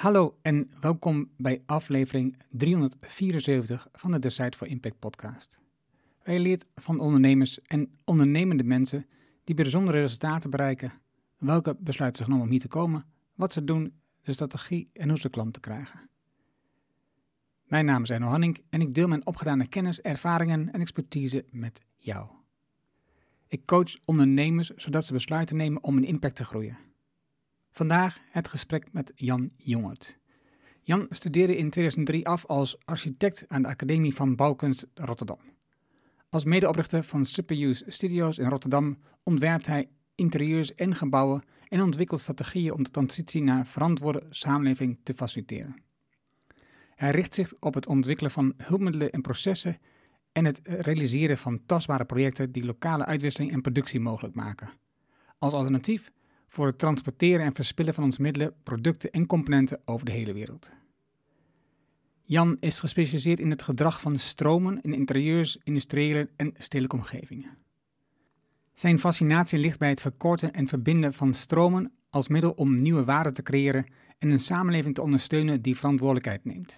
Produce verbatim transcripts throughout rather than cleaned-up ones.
Hallo en welkom bij aflevering driehonderdvierenzeventig van de Decide for Impact podcast. Wij leert van ondernemers en ondernemende mensen die bijzondere resultaten bereiken, welke besluiten ze genomen om hier te komen, wat ze doen, de strategie en hoe ze klanten krijgen. Mijn naam is Erno Hanning en ik deel mijn opgedane kennis, ervaringen en expertise met jou. Ik coach ondernemers zodat ze besluiten nemen om een impact te groeien. Vandaag het gesprek met Jan Jongert. Jan studeerde in tweeduizend drie af als architect aan de Academie van Bouwkunst Rotterdam. Als medeoprichter van Superuse Studios in Rotterdam ontwerpt hij interieurs en gebouwen en ontwikkelt strategieën om de transitie naar een verantwoorde samenleving te faciliteren. Hij richt zich op het ontwikkelen van hulpmiddelen en processen en het realiseren van tastbare projecten die lokale uitwisseling en productie mogelijk maken. Als alternatief voor het transporteren en verspillen van onze middelen, producten en componenten over de hele wereld. Jan is gespecialiseerd in het gedrag van stromen in interieurs, industriële en stedelijke omgevingen. Zijn fascinatie ligt bij het verkorten en verbinden van stromen als middel om nieuwe waarden te creëren en een samenleving te ondersteunen die verantwoordelijkheid neemt.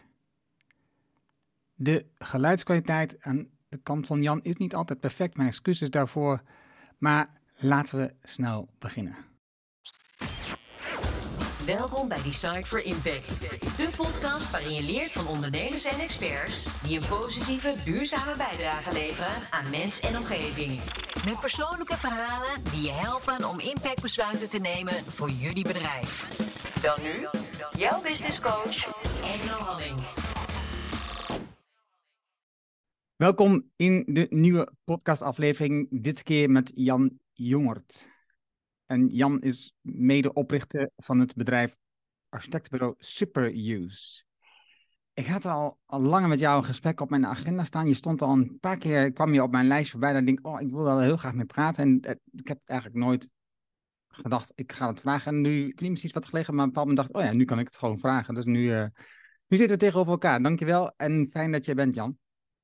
De geluidskwaliteit aan de kant van Jan is niet altijd perfect, mijn excuses daarvoor, maar laten we snel beginnen. Welkom bij Decide for Impact, de podcast waarin je leert van ondernemers en experts die een positieve, duurzame bijdrage leveren aan mens en omgeving. Met persoonlijke verhalen die je helpen om impactbesluiten te nemen voor jullie bedrijf. Dan nu, jouw business coach, Erno Hanning. Welkom in de nieuwe podcastaflevering, dit keer met Jan Jongert. En Jan is medeoprichter van het bedrijf architectenbureau Superuse. Ik had al, al langer met jou een gesprek op mijn agenda staan. Je stond al een paar keer, kwam je op mijn lijst voorbij. En ik denk, oh, ik wil daar heel graag mee praten. En eh, ik heb eigenlijk nooit gedacht, ik ga het vragen. En nu, ik weet niet precies wat gelegen, maar op een bepaald moment dacht ik, oh ja, nu kan ik het gewoon vragen. Dus nu, uh, nu zitten we tegenover elkaar. Dankjewel en fijn dat je bent, Jan.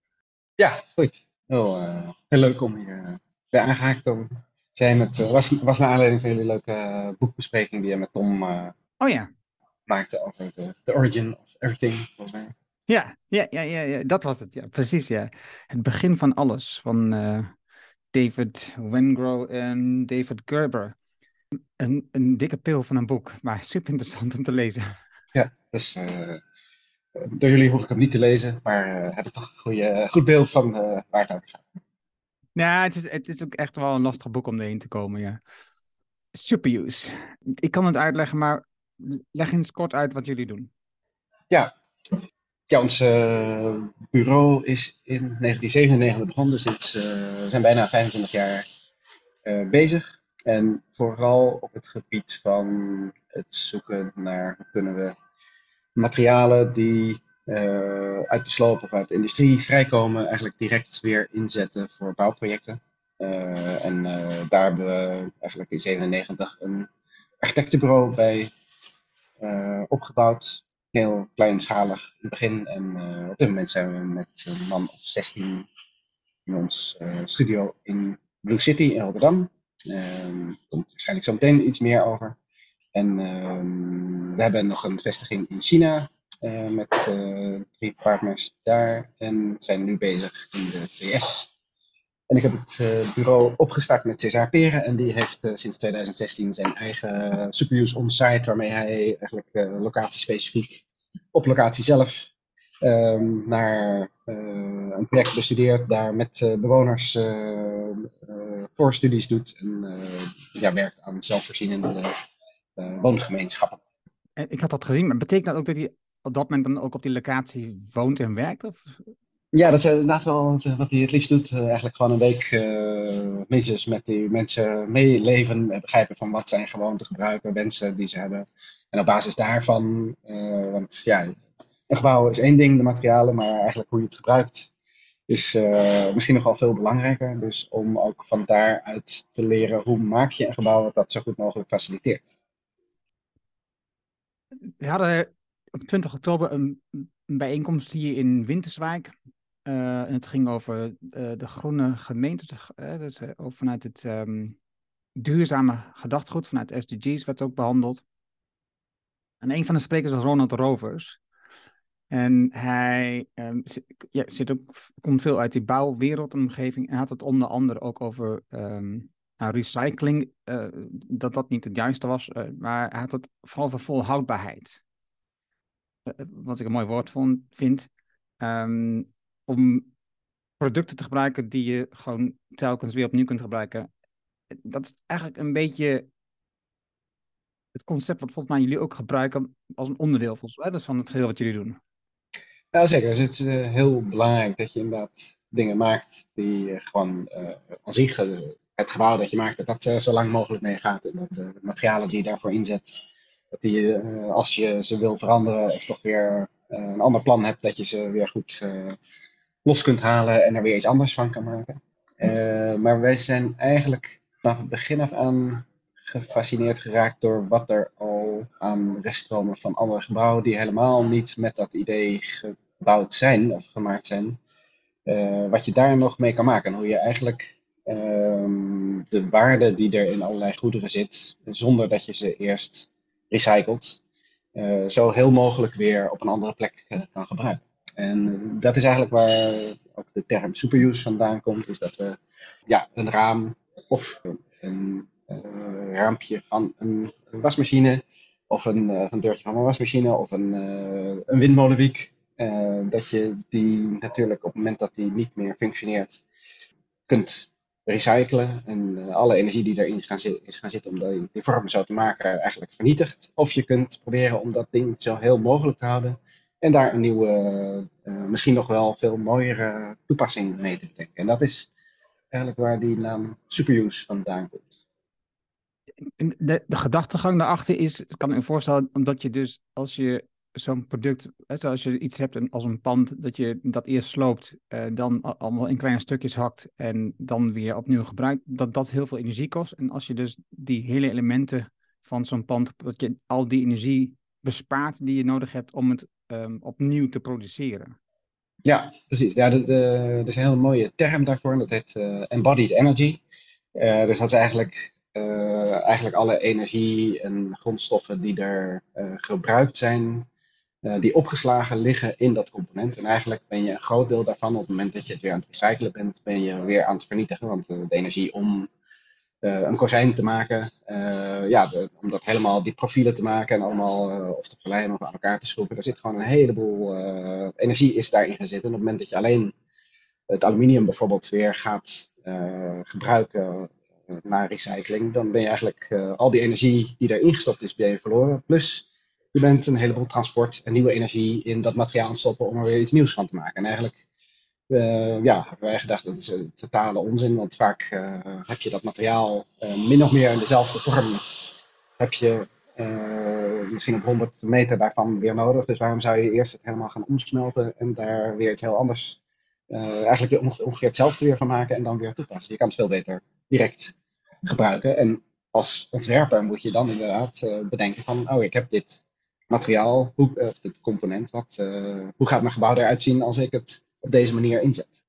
Ja, goed. Heel, uh, heel leuk om hier uh, bij aangehaakt te zijn. Het uh, was, was naar aanleiding van jullie leuke uh, boekbespreking die je met Tom uh, oh, ja. maakte over de, the origin of everything, volgens mij. Ja, ja, ja, ja, ja, dat was het. Ja, precies, ja. Het begin van alles van uh, David Wengrow en David Gerber. Een, een dikke pil van een boek, maar super interessant om te lezen. Ja, dus uh, door jullie hoef ik hem niet te lezen, maar uh, heb ik toch een goede, goed beeld van uh, waar het over gaat. Ja, het is, het is ook echt wel een lastig boek om erheen te komen, ja. Superuse. Ik kan het uitleggen, maar leg eens kort uit wat jullie doen. Ja, ja ons uh, bureau is in negentien zevenennegentig begonnen, dus het, uh, we zijn bijna vijfentwintig jaar uh, bezig. En vooral op het gebied van het zoeken naar hoe kunnen we materialen die uh, uit de sloop of uit de industrie vrijkomen, eigenlijk direct weer inzetten voor bouwprojecten. Uh, en uh, daar hebben we eigenlijk in zevenennegentig een architectenbureau bij uh, opgebouwd. Heel kleinschalig in het begin. En uh, op dit moment zijn we met een man of zestien in ons uh, studio in Blue City in Rotterdam. Daar uh, komt waarschijnlijk zo meteen iets meer over. En uh, we hebben nog een vestiging in China uh, met uh, drie partners daar. En zijn nu bezig in de V S. En ik heb het uh, bureau opgestart met César Peren. En die heeft uh, sinds tweeduizend zestien zijn eigen uh, Superuse on-site. Waarmee hij eigenlijk uh, locatiespecifiek op locatie zelf Um, naar uh, een project bestudeert, daar met uh, bewoners uh, uh, voorstudies doet en uh, ja, werkt aan zelfvoorzienende uh, woongemeenschappen. En ik had dat gezien, maar betekent dat ook dat hij op dat moment dan ook op die locatie woont en werkt? Of? Ja, dat is inderdaad wel wat, wat hij het liefst doet. Uh, eigenlijk gewoon een week uh, minstens met die mensen meeleven, begrijpen van wat zijn gewoonten, gebruiken, wensen die ze hebben. En op basis daarvan, uh, want ja, een gebouw is één ding, de materialen, maar eigenlijk hoe je het gebruikt is uh, misschien nog wel veel belangrijker. Dus om ook van daaruit te leren hoe maak je een gebouw wat dat zo goed mogelijk faciliteert. We hadden op twintig oktober een, een bijeenkomst hier in Winterswijk. Uh, en het ging over uh, de groene gemeente, uh, dus, uh, ook vanuit het um, duurzame gedachtegoed, vanuit S D G's werd ook behandeld. En een van de sprekers was Ronald Rovers. En hij um, zit, ja, zit ook, komt veel uit die bouwwereld en omgeving. En had het onder andere ook over um, nou, recycling. Uh, dat dat niet het juiste was. Uh, maar hij had het vooral over volhoudbaarheid. Uh, wat ik een mooi woord vond, vind. Um, om producten te gebruiken die je gewoon telkens weer opnieuw kunt gebruiken. Dat is eigenlijk een beetje het concept wat volgens mij jullie ook gebruiken als een onderdeel volgens mij. Dat is van het geheel wat jullie doen. Ja, zeker. Dus het is uh, heel belangrijk dat je inderdaad dingen maakt die uh, gewoon uh, aan zich, uh, het gebouw dat je maakt, dat dat uh, zo lang mogelijk meegaat. En dat uh, de materialen die je daarvoor inzet, dat die uh, als je ze wil veranderen of toch weer uh, een ander plan hebt, dat je ze weer goed uh, los kunt halen en er weer iets anders van kan maken. Uh, maar wij zijn eigenlijk vanaf het begin af aan gefascineerd geraakt door wat er al aan reststromen van andere gebouwen die helemaal niet met dat idee gebouwd zijn of gemaakt zijn, uh, wat je daar nog mee kan maken. En hoe je eigenlijk um, de waarde die er in allerlei goederen zit, zonder dat je ze eerst recycelt, uh, zo heel mogelijk weer op een andere plek uh, kan gebruiken. En dat is eigenlijk waar ook de term superuse vandaan komt, is dat we ja, een raam of een uh, raampje van een wasmachine of een, uh, een deurtje van een wasmachine of een, uh, een windmolenwiek, uh, dat je die natuurlijk op het moment dat die niet meer functioneert kunt recyclen en uh, alle energie die erin gaan zi- is gaan zitten om die, die vorm zo te maken eigenlijk vernietigt. Of je kunt proberen om dat ding zo heel mogelijk te houden en daar een nieuwe, uh, misschien nog wel veel mooiere toepassing mee te bedenken. En dat is eigenlijk waar die naam superuse vandaan komt. De, de gedachtegang daarachter is, ik kan me voorstellen, omdat je dus als je zo'n product, als je iets hebt als een pand, dat je dat eerst sloopt, uh, dan allemaal in kleine stukjes hakt en dan weer opnieuw gebruikt, dat dat heel veel energie kost. En als je dus die hele elementen van zo'n pand, dat je al die energie bespaart die je nodig hebt om het um, opnieuw te produceren. Ja, precies. Ja, de, de, er is een hele mooie term daarvoor, dat heet uh, embodied energy. Uh, dus dat is eigenlijk, uh, eigenlijk alle energie en grondstoffen die er uh, gebruikt zijn, uh, die opgeslagen liggen in dat component. En eigenlijk ben je een groot deel daarvan, op het moment dat je het weer aan het recyclen bent, ben je weer aan het vernietigen. Want uh, de energie om uh, een kozijn te maken, uh, ja, de, om dat helemaal die profielen te maken en allemaal uh, of te verlijmen of aan elkaar te schroeven, daar zit gewoon een heleboel uh, energie is daarin gezet. En op het moment dat je alleen het aluminium bijvoorbeeld weer gaat uh, gebruiken uh, na recycling, dan ben je eigenlijk uh, al die energie die erin gestopt is, ben je verloren. Plus je bent een heleboel transport en nieuwe energie in dat materiaal aan het stoppen om er weer iets nieuws van te maken. En eigenlijk uh, ja, hebben wij gedacht dat is een totale onzin, want vaak uh, heb je dat materiaal uh, min of meer in dezelfde vorm heb je uh, misschien op honderd meter daarvan weer nodig. Dus waarom zou je eerst het helemaal gaan omsmelten en daar weer iets heel anders Uh, eigenlijk ongeveer hetzelfde weer van maken en dan weer toepassen. Je kan het veel beter direct gebruiken. En als ontwerper moet je dan inderdaad uh, bedenken van, oh, ik heb dit materiaal, hoe, uh, dit component, wat, uh, hoe gaat mijn gebouw eruit zien als ik het op deze manier inzet?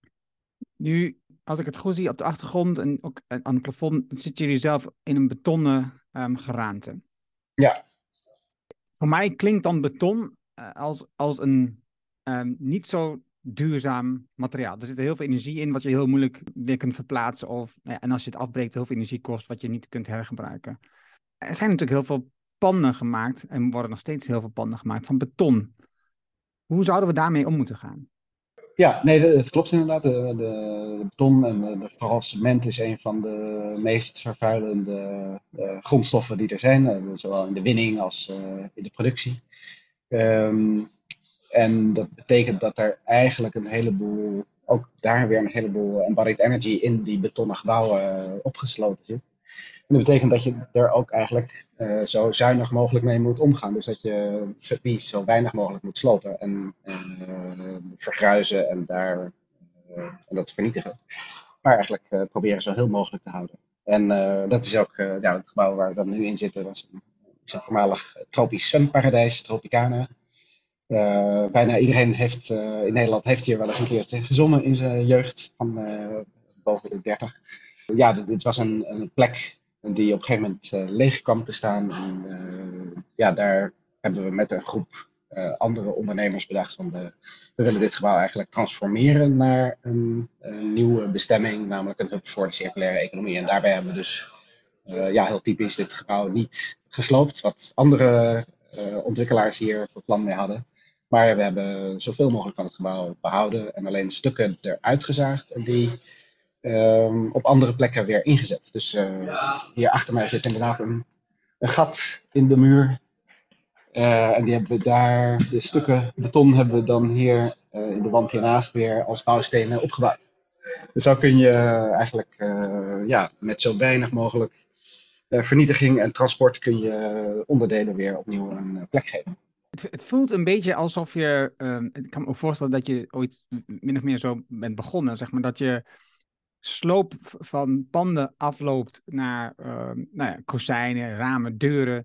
Nu, als ik het goed zie op de achtergrond en ook aan het plafond, zitten jullie zelf in een betonnen um, geraamte. Ja. Voor mij klinkt dan beton uh, als, als een um, niet zo duurzaam materiaal. Er zit heel veel energie in wat je heel moeilijk weer kunt verplaatsen. Of, ja, en als je het afbreekt, heel veel energie kost wat je niet kunt hergebruiken. Er zijn natuurlijk heel veel panden gemaakt en worden nog steeds heel veel panden gemaakt van beton. Hoe zouden we daarmee om moeten gaan? Ja, nee, het klopt inderdaad. De, de, de beton en de, de, vooral cement is een van de meest vervuilende uh, grondstoffen die er zijn. Uh, zowel in de winning als uh, in de productie. Um, En dat betekent dat er eigenlijk een heleboel, ook daar weer een heleboel embodied energy in die betonnen gebouwen uh, opgesloten zit. En dat betekent dat je er ook eigenlijk uh, zo zuinig mogelijk mee moet omgaan. Dus dat je die zo weinig mogelijk moet slopen en uh, vergruizen en, daar, uh, en dat vernietigen. Maar eigenlijk uh, proberen zo heel mogelijk te houden. En uh, dat is ook uh, ja, het gebouw waar we dan nu in zitten. Dat is een, is een voormalig tropisch zwemparadijs, Tropicana. Uh, bijna iedereen heeft, uh, in Nederland heeft hier wel eens een keertje gezongen in zijn jeugd, van uh, boven de dertig. Ja, dit, dit was een, een plek die op een gegeven moment uh, leeg kwam te staan. En uh, ja, daar hebben we met een groep uh, andere ondernemers bedacht van de, we willen dit gebouw eigenlijk transformeren naar een, een nieuwe bestemming, namelijk een hub voor de circulaire economie. En daarbij hebben we dus uh, ja, heel typisch dit gebouw niet gesloopt, wat andere uh, ontwikkelaars hier voor plan mee hadden. Maar we hebben zoveel mogelijk van het gebouw behouden en alleen stukken eruit gezaagd en die um, op andere plekken weer ingezet. Dus uh, hier achter mij zit inderdaad een, een gat in de muur. Uh, en die hebben we daar, de stukken beton hebben we dan hier uh, in de wand hiernaast weer als bouwstenen opgebouwd. Dus zo kun je uh, eigenlijk uh, ja, met zo weinig mogelijk uh, vernietiging en transport kun je onderdelen weer opnieuw een uh, plek geven. Het, het voelt een beetje alsof je, um, ik kan me ook voorstellen dat je ooit min of meer zo bent begonnen, zeg maar, dat je sloop van panden afloopt naar um, nou ja, kozijnen, ramen, deuren,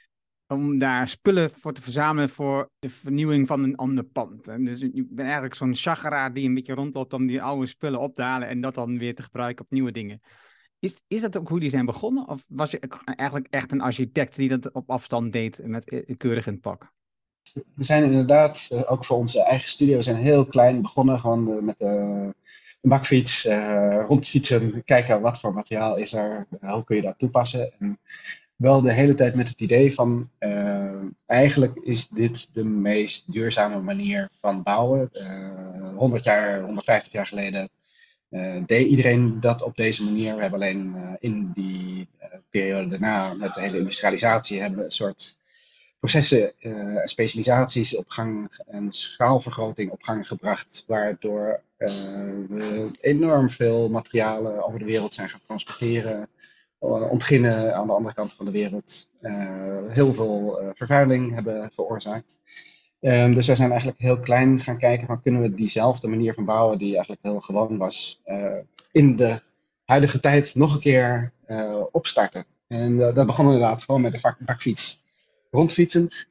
om daar spullen voor te verzamelen voor de vernieuwing van een ander pand. En dus je bent eigenlijk zo'n chageraar die een beetje rondloopt om die oude spullen op te halen en dat dan weer te gebruiken op nieuwe dingen. Is, is dat ook hoe die zijn begonnen? Of was je eigenlijk echt een architect die dat op afstand deed met keurig in het pak? We zijn inderdaad, uh, ook voor onze eigen studio, we zijn heel klein begonnen. Gewoon uh, met uh, een bakfiets, uh, rondfietsen, kijken wat voor materiaal is er, uh, hoe kun je dat toepassen. En wel de hele tijd met het idee van, uh, eigenlijk is dit de meest duurzame manier van bouwen. Uh, honderd jaar, honderdvijftig jaar geleden uh, deed iedereen dat op deze manier. We hebben alleen uh, in die uh, periode daarna, met de hele industrialisatie, hebben we een soort processen en uh, specialisaties op gang en schaalvergroting op gang gebracht, waardoor uh, we enorm veel materialen over de wereld zijn gaan transporteren, uh, ontginnen aan de andere kant van de wereld, uh, heel veel uh, vervuiling hebben veroorzaakt. Um, dus wij zijn eigenlijk heel klein gaan kijken van kunnen we diezelfde manier van bouwen die eigenlijk heel gewoon was, uh, in de huidige tijd nog een keer uh, opstarten. En uh, dat begon inderdaad gewoon met de bakfiets. Rondfietsend.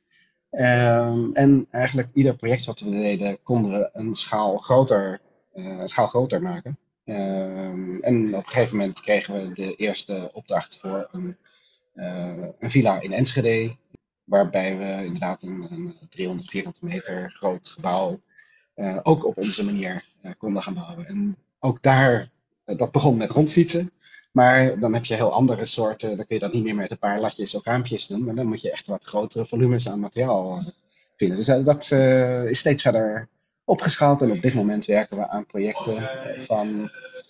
Um, en eigenlijk ieder project wat we deden, konden we een schaal groter, uh, een schaal groter maken. Um, en op een gegeven moment kregen we de eerste opdracht voor een, uh, een villa in Enschede. Waarbij we inderdaad een, een driehonderd vierkante meter groot gebouw uh, ook op onze manier uh, konden gaan bouwen. En ook daar, uh, dat begon met rondfietsen. Maar dan heb je heel andere soorten, dan kun je dat niet meer met een paar latjes of raampjes doen, maar dan moet je echt wat grotere volumes aan materiaal uh, vinden. Dus uh, dat uh, is steeds verder opgeschaald en op dit moment werken we aan projecten van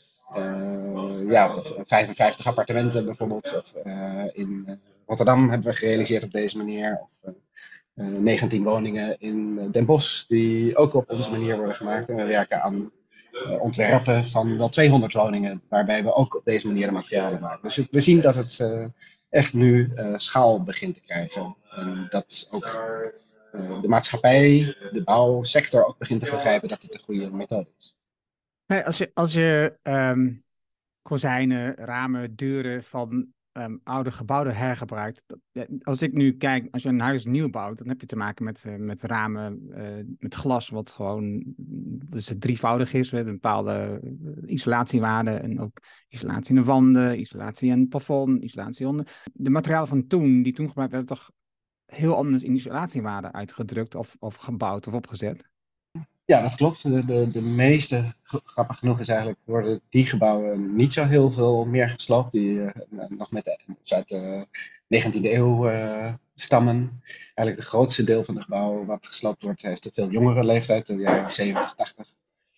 uh, ja, vijfenvijftig appartementen bijvoorbeeld. Of, uh, in Rotterdam hebben we gerealiseerd op deze manier. Of uh, negentien woningen in Den Bosch die ook op onze manier worden gemaakt. En we werken aan Uh, ontwerpen van wel tweehonderd woningen, waarbij we ook op deze manier de materialen maken. Dus we zien dat het uh, echt nu uh, schaal begint te krijgen. En dat ook uh, de maatschappij, de bouwsector ook begint te begrijpen dat dit de goede methode is. Nee, als je, als je um, kozijnen, ramen, deuren van um, oude gebouwen hergebruikt. Dat, als ik nu kijk, als je een huis nieuw bouwt, dan heb je te maken met, uh, met ramen, uh, met glas, wat gewoon dus het drievoudig is. We hebben een bepaalde isolatiewaarde en ook isolatie in de wanden, isolatie in het plafond, isolatie onder. De materialen van toen, die toen gebruikt werden, toch heel anders in isolatiewaarde uitgedrukt of, of gebouwd of opgezet. Ja, dat klopt. De, de, de meeste, grappig genoeg is eigenlijk, worden die gebouwen niet zo heel veel meer gesloopt. Die uh, nog met de, uit de negentiende eeuw uh, stammen. Eigenlijk het grootste deel van de gebouwen wat gesloopt wordt, heeft een veel jongere leeftijd, de jaren zeventig, tachtig.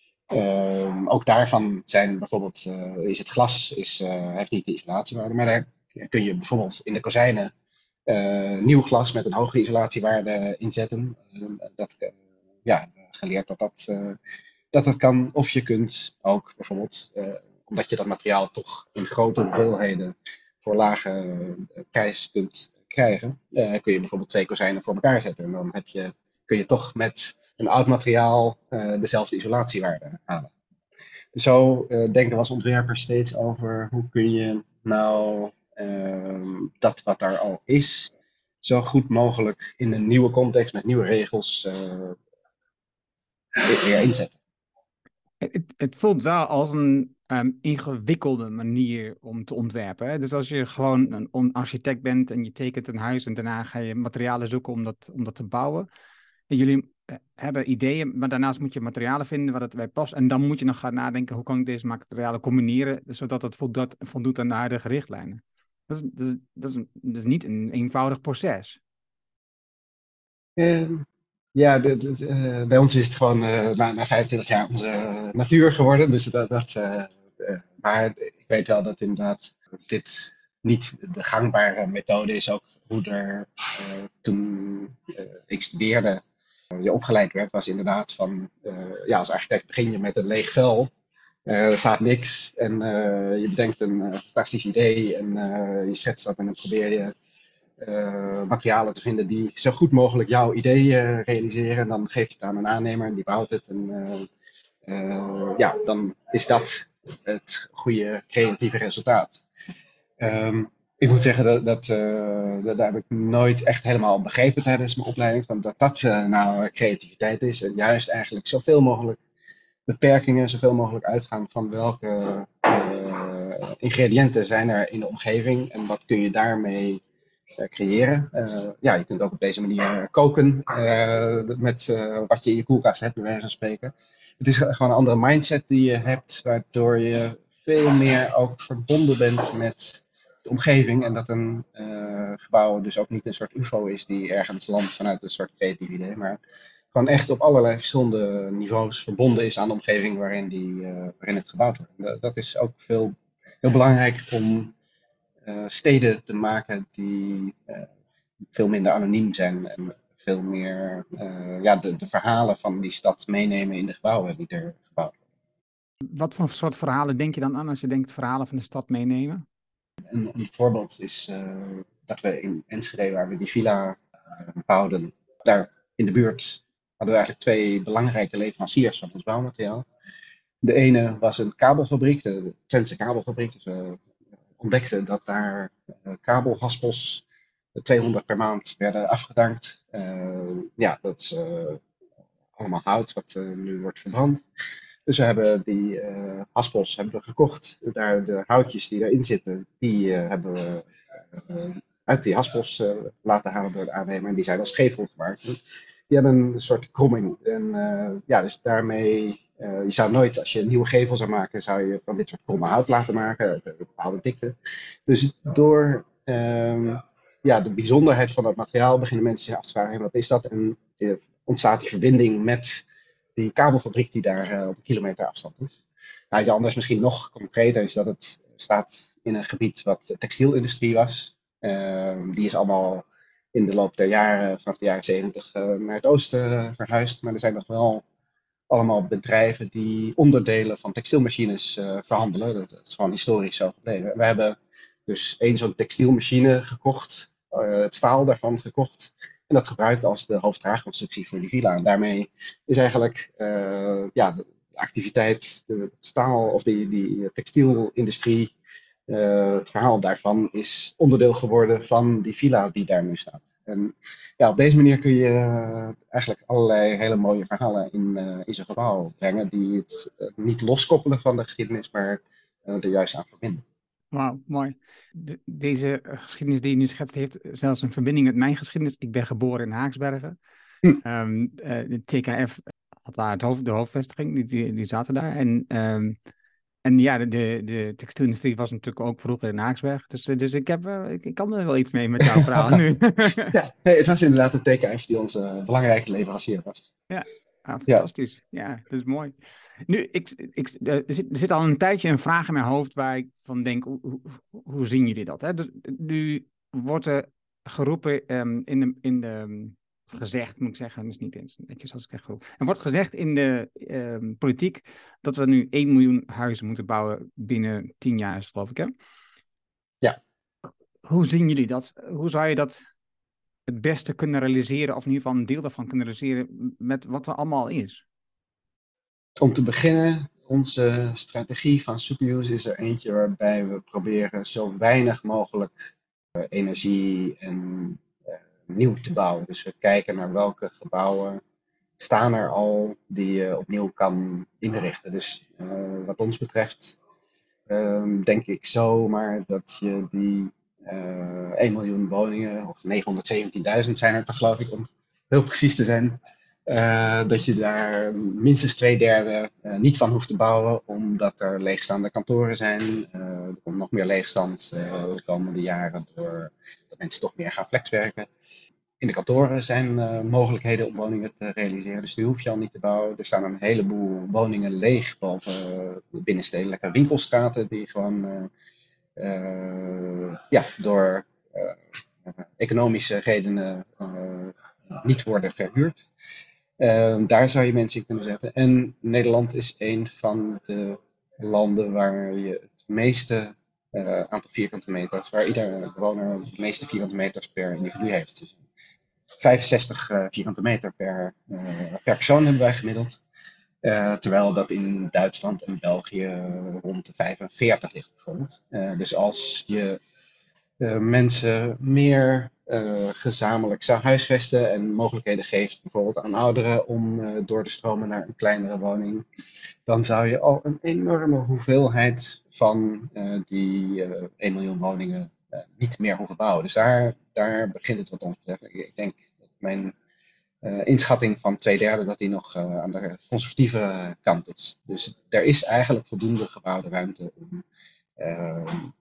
Uh, ook daarvan zijn bijvoorbeeld, uh, is het glas, is, uh, heeft niet de isolatiewaarde, maar daar kun je bijvoorbeeld in de kozijnen uh, nieuw glas met een hoge isolatiewaarde inzetten. Uh, dat, uh, ja, geleerd dat dat, uh, dat dat kan. Of je kunt ook bijvoorbeeld, uh, omdat je dat materiaal toch in grote hoeveelheden voor lage uh, prijs kunt krijgen, uh, kun je bijvoorbeeld twee kozijnen voor elkaar zetten. En dan heb je, kun je toch met een oud materiaal uh, dezelfde isolatiewaarde halen. Dus zo uh, denken we als ontwerpers steeds over hoe kun je nou uh, dat wat daar al is, zo goed mogelijk in een nieuwe context met nieuwe regels uh, weer inzetten. Het, het voelt wel als een um, ingewikkelde manier om te ontwerpen. Hè? Dus als je gewoon een on- architect bent en je tekent een huis en daarna ga je materialen zoeken om dat, om dat te bouwen. En jullie eh, hebben ideeën, maar daarnaast moet je materialen vinden waar het bij past. En dan moet je nog gaan nadenken, hoe kan ik deze materialen combineren, zodat het voldoet, voldoet aan de huidige richtlijnen. Dat is, dat is, dat is, een- dat is niet een eenvoudig proces. Ehm, ja, de, de- eh, bij ons is het gewoon eh, na, na vijfentwintig jaar onze eh, natuur geworden. Dus dat, dat, eh, eh, maar ik weet wel dat inderdaad dit niet de gangbare methode is. Ook hoe er eh, toen eh, ik studeerde, eh, je opgeleid werd, was inderdaad van, eh, ja, als architect begin je met een leeg vel. Eh, er staat niks en eh, je bedenkt een eh, fantastisch idee en eh, je schetst dat en dan probeer je eh, materialen te vinden die zo goed mogelijk jouw idee eh, realiseren. En dan geef je het aan een aannemer en die bouwt het. En eh, eh, ja, dan is dat het goede creatieve resultaat. Ehm, ik moet zeggen dat, dat, eh, dat daar heb ik nooit echt helemaal begrepen tijdens mijn opleiding. Van dat dat eh, nou creativiteit is. En juist eigenlijk zoveel mogelijk beperkingen, zoveel mogelijk uitgaan van welke uh, ingrediënten zijn er in de omgeving en wat kun je daarmee uh, creëren. Uh, ja, je kunt ook op deze manier koken uh, met uh, wat je in je koelkast hebt, bij wijze van spreken. Het is gewoon een andere mindset die je hebt, waardoor je veel meer ook verbonden bent met de omgeving en dat een uh, gebouw dus ook niet een soort U F O is die ergens landt vanuit een soort creatief idee, maar gewoon echt op allerlei verschillende niveaus verbonden is aan de omgeving waarin, die, uh, waarin het gebouwd wordt. Dat, dat is ook veel, heel belangrijk om uh, steden te maken die uh, veel minder anoniem zijn en veel meer uh, ja, de, de verhalen van die stad meenemen in de gebouwen die er gebouwd worden. Wat voor soort verhalen denk je dan aan als je denkt verhalen van de stad meenemen? Een, een voorbeeld is uh, dat we in Enschede, waar we die villa uh, bouwden, daar in de buurt hadden we eigenlijk twee belangrijke leveranciers van ons bouwmateriaal. De ene was een kabelfabriek, de Twentse kabelfabriek. Dus we ontdekten dat daar uh, kabelhaspels tweehonderd per maand werden afgedankt. Uh, ja, dat is uh, allemaal hout wat uh, nu wordt verbrand. Dus we hebben die uh, haspels hebben we gekocht. Daar de houtjes die erin zitten, die uh, hebben we uh, uit die haspels uh, laten halen door de aannemer. En die zijn als gevel gemaakt. Die hebben een soort kromming. En uh, ja, dus daarmee, uh, je zou nooit, als je een nieuwe gevel zou maken, zou je van dit soort kromme hout laten maken, een bepaalde dikte. Dus door uh, ja, de bijzonderheid van het materiaal beginnen mensen zich af te vragen, wat is dat? En uh, ontstaat die verbinding met die kabelfabriek die daar uh, op een kilometer afstand is. Nou, iets anders misschien nog concreter is dat het staat in een gebied wat de textielindustrie was. Uh, die is allemaal in de loop der jaren, vanaf de jaren zeventig, uh, naar het oosten uh, verhuisd. Maar er zijn nog wel allemaal bedrijven die onderdelen van textielmachines uh, verhandelen. Dat, dat is gewoon historisch zo gebleven. We hebben dus één zo'n textielmachine gekocht, uh, het staal daarvan gekocht. En dat gebruikt als de hoofddraagconstructie voor die villa. En daarmee is eigenlijk uh, ja, de activiteit, de, het staal of die, die textielindustrie, uh, het verhaal daarvan is onderdeel geworden van die villa die daar nu staat. En ja, op deze manier kun je uh, eigenlijk allerlei hele mooie verhalen in, uh, in zo'n gebouw brengen die het uh, niet loskoppelen van de geschiedenis, maar uh, er juist aan verbinden. Wauw, mooi. De, deze geschiedenis die je nu schetst heeft zelfs een verbinding met mijn geschiedenis. Ik ben geboren in Haaksbergen. Hm. Um, uh, de T K F had daar het hoofd, de hoofdvestiging, die, die, die zaten daar. En, um, en ja, de, de, de textielindustrie was natuurlijk ook vroeger in Haaksberg. Dus, dus ik, heb, uh, ik, ik kan er wel iets mee met jouw verhaal nu. Ja, nee, het was inderdaad de T K F die onze belangrijke leverancier was. Ja. Ah, fantastisch. Ja. ja, dat is mooi. Nu, ik, ik, er, zit, er zit al een tijdje een vraag in mijn hoofd waar ik van denk, hoe, hoe, hoe zien jullie dat? Hè? Dus, nu wordt er geroepen um, in de, in de um, gezegd, moet ik zeggen, dat is niet eens netjes als ik zeg geroepen. Er wordt gezegd in de um, politiek dat we nu één miljoen huizen moeten bouwen binnen tien jaar, is, geloof ik, hè? Ja. Hoe zien jullie dat? Hoe zou je dat het beste kunnen realiseren, of in ieder geval een deel daarvan kunnen realiseren met wat er allemaal is? Om te beginnen, onze strategie van Superuse is er eentje waarbij we proberen zo weinig mogelijk uh, energie en uh, nieuw te bouwen. Dus we kijken naar welke gebouwen staan er al die je opnieuw kan inrichten. Dus uh, wat ons betreft um, denk ik zomaar dat je die uh, één miljoen woningen, of negenhonderdzeventienduizend zijn het er geloof ik, om heel precies te zijn, uh, dat je daar minstens twee derde uh, niet van hoeft te bouwen, omdat er leegstaande kantoren zijn. Uh, er komt nog meer leegstand uh, de komende jaren door dat mensen toch meer gaan flexwerken. In de kantoren zijn uh, mogelijkheden om woningen te realiseren, dus die hoef je al niet te bouwen. Er staan een heleboel woningen leeg, behalve uh, binnenstedelijke winkelstraten die gewoon uh, uh, ja, door uh, economische redenen uh, niet worden verhuurd. Uh, daar zou je mensen in kunnen zetten. En Nederland is een van de landen waar je het meeste uh, aantal vierkante meters, waar ieder bewoner de meeste vierkante meters per individu heeft. Dus vijfenzestig uh, vierkante meter per, uh, per persoon hebben wij gemiddeld. Uh, terwijl dat in Duitsland en België rond de vijfenveertig ligt bijvoorbeeld. Uh, dus als je uh, mensen meer uh, gezamenlijk zou huisvesten en mogelijkheden geeft bijvoorbeeld aan ouderen om uh, door te stromen naar een kleinere woning, dan zou je al een enorme hoeveelheid van uh, die uh, één miljoen woningen uh, niet meer hoeven bouwen. Dus daar, daar begint het wat ons betreft. Ik, ik denk dat mijn uh, inschatting van twee derde dat die nog uh, aan de conservatieve kant is. Dus er is eigenlijk voldoende gebouwde ruimte om uh,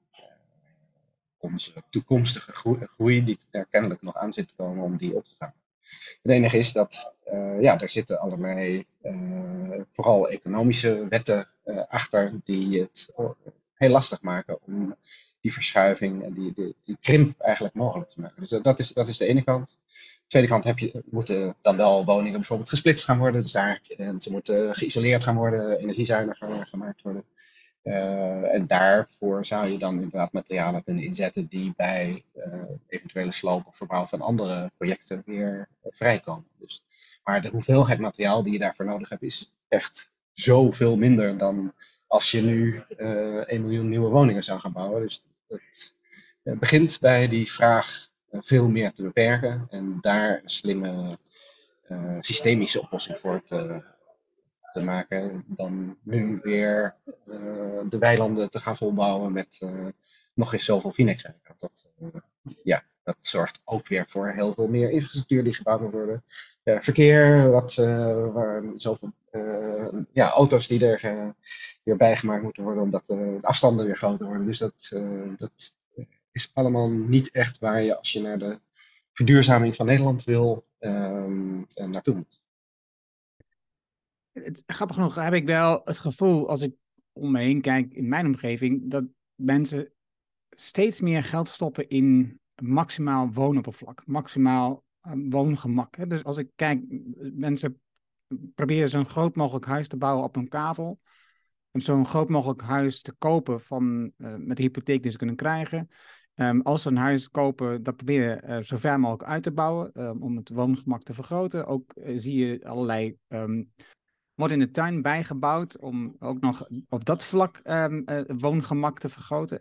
onze toekomstige groei, groei, die er kennelijk nog aan zit te komen, om die op te vangen. Het enige is dat uh, ja, er zitten allerlei, uh, vooral economische wetten uh, achter, die het heel lastig maken om die verschuiving en die, die, die krimp eigenlijk mogelijk te maken. Dus uh, dat, is, dat is de ene kant. De tweede kant heb je, moeten dan wel woningen bijvoorbeeld gesplitst gaan worden. Dus daar heb je, en ze moeten geïsoleerd gaan worden, energiezuiniger gemaakt worden. Uh, en daarvoor zou je dan inderdaad materialen kunnen inzetten die bij uh, eventuele sloop of verbouw van andere projecten weer uh, vrijkomen. Dus, maar de hoeveelheid materiaal die je daarvoor nodig hebt is echt zoveel minder dan als je nu uh, één miljoen nieuwe woningen zou gaan bouwen. Dus het uh, begint bij die vraag uh, veel meer te beperken en daar een slimme uh, systemische oplossing voor te te maken dan nu weer uh, de weilanden te gaan volbouwen met uh, nog eens zoveel Finex. Dat, uh, ja, dat zorgt ook weer voor heel veel meer infrastructuur die gebouwd moet worden. Uh, verkeer, wat, uh, waar zoveel uh, ja, auto's die er uh, weer bijgemaakt moeten worden omdat uh, de afstanden weer groter worden. Dus dat, uh, dat is allemaal niet echt waar je als je naar de verduurzaming van Nederland wil um, naartoe moet. Het, grappig genoeg heb ik wel het gevoel, als ik om me heen kijk in mijn omgeving, dat mensen steeds meer geld stoppen in maximaal woonoppervlak, maximaal um, woongemak. Hè? Dus als ik kijk, mensen proberen zo'n groot mogelijk huis te bouwen op een kavel, om zo'n groot mogelijk huis te kopen van, uh, met de hypotheek die ze kunnen krijgen. Um, als ze een huis kopen, dat proberen uh, zo ver mogelijk uit te bouwen, um, om het woongemak te vergroten. Ook uh, zie je allerlei um, wordt in de tuin bijgebouwd om ook nog op dat vlak um, uh, woongemak te vergroten.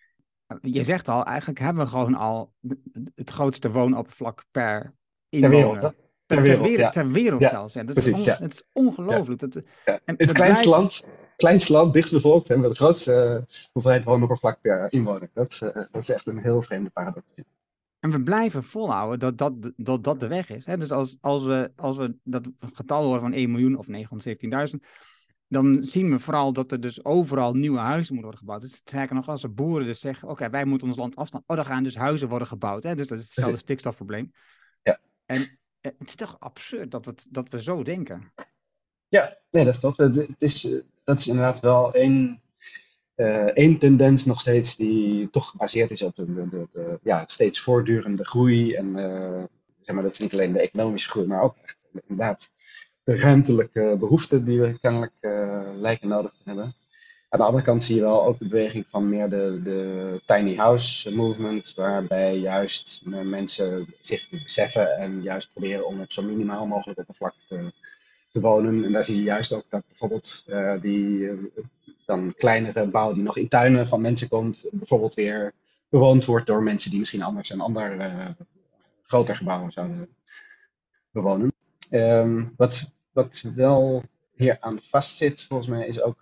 Je zegt al, eigenlijk hebben we gewoon al het grootste woonoppervlak per inwoner. Ter wereld, hè? Ter, ter wereld, ja. ter wereld ja, zelfs. Ja. Dat, precies, is on, ja. dat is ongelooflijk. Ja. Dat, ja. en het kleinste blijft... land, kleinste land, dichtstbevolkt, hebben we de grootste uh, hoeveelheid woonoppervlak per inwoner. Dat, uh, dat is echt een heel vreemde paradox. En we blijven volhouden dat dat, dat, dat de weg is. Hè? Dus als, als, we, als we dat getal horen van één miljoen of negenhonderdzeventienduizend... dan zien we vooral dat er dus overal nieuwe huizen moeten worden gebouwd. Dus het nog als de boeren dus zeggen, oké, okay, wij moeten ons land afstaan. Oh, dan gaan dus huizen worden gebouwd. Hè? Dus dat is hetzelfde Precies. stikstofprobleem. Ja. En het is toch absurd dat, het, dat we zo denken. Ja, nee, dat klopt. Het, het is, dat is inderdaad wel één, uh, één tendens nog steeds die toch gebaseerd is op de, de, de, de ja, steeds voortdurende groei. En uh, zeg maar, dat is niet alleen de economische groei, maar ook echt inderdaad de ruimtelijke behoeften die we kennelijk uh, lijken nodig te hebben. Aan de andere kant zie je wel ook de beweging van meer de, de tiny house movement, waarbij juist mensen zich beseffen en juist proberen om op zo minimaal mogelijk oppervlak te, te wonen. En daar zie je juist ook dat bijvoorbeeld uh, die uh, dan kleinere bouw die nog in tuinen van mensen komt, bijvoorbeeld weer bewoond wordt door mensen die misschien anders een ander uh, groter gebouw zouden bewonen. Um, wat Wat wel hier aan vastzit, volgens mij, is ook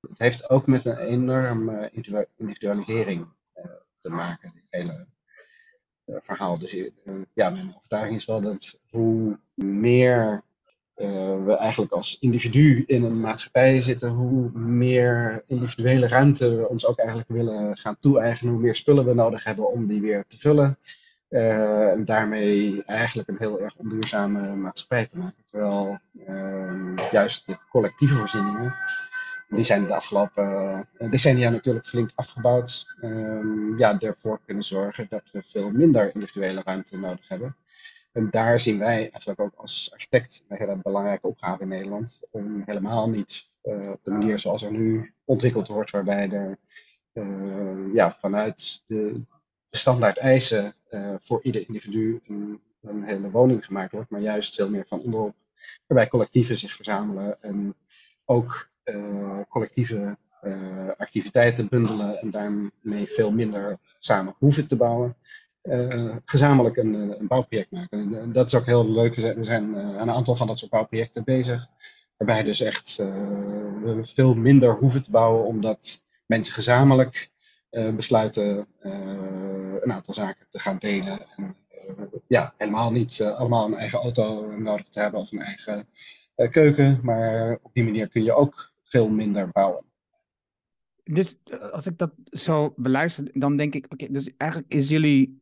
Het heeft ook met een enorme individualisering uh, te maken, dit hele uh, verhaal. Dus uh, ja, mijn overtuiging is wel dat hoe meer uh, we eigenlijk als individu in een maatschappij zitten, hoe meer individuele ruimte we ons ook eigenlijk willen gaan toe-eigenen, hoe meer spullen we nodig hebben om die weer te vullen. Uh, en daarmee eigenlijk een heel erg onduurzame maatschappij te maken. Terwijl uh, juist de collectieve voorzieningen, die zijn de afgelopen uh, decennia natuurlijk flink afgebouwd. Uh, ja, ervoor kunnen zorgen dat we veel minder individuele ruimte nodig hebben. En daar zien wij eigenlijk ook als architect een hele belangrijke opgave in Nederland. Om helemaal niet uh, op de manier zoals er nu ontwikkeld wordt, waarbij er uh, ja, vanuit de standaard eisen uh, voor ieder individu een, een hele woning gemaakt wordt, maar juist veel meer van onderop, waarbij collectieven zich verzamelen en ook uh, collectieve uh, activiteiten bundelen en daarmee veel minder samen hoeven te bouwen. Uh, gezamenlijk een, een bouwproject maken. En, en dat is ook heel leuk. We zijn, we zijn uh, aan een aantal van dat soort bouwprojecten bezig, waarbij dus echt uh, we veel minder hoeven te bouwen, omdat mensen gezamenlijk uh, besluiten uh, een aantal zaken te gaan delen. En, uh, ja, helemaal niet uh, allemaal een eigen auto nodig te hebben of een eigen uh, keuken, maar op die manier kun je ook veel minder bouwen. Dus als ik dat zo beluister, dan denk ik, oké, okay, dus eigenlijk is jullie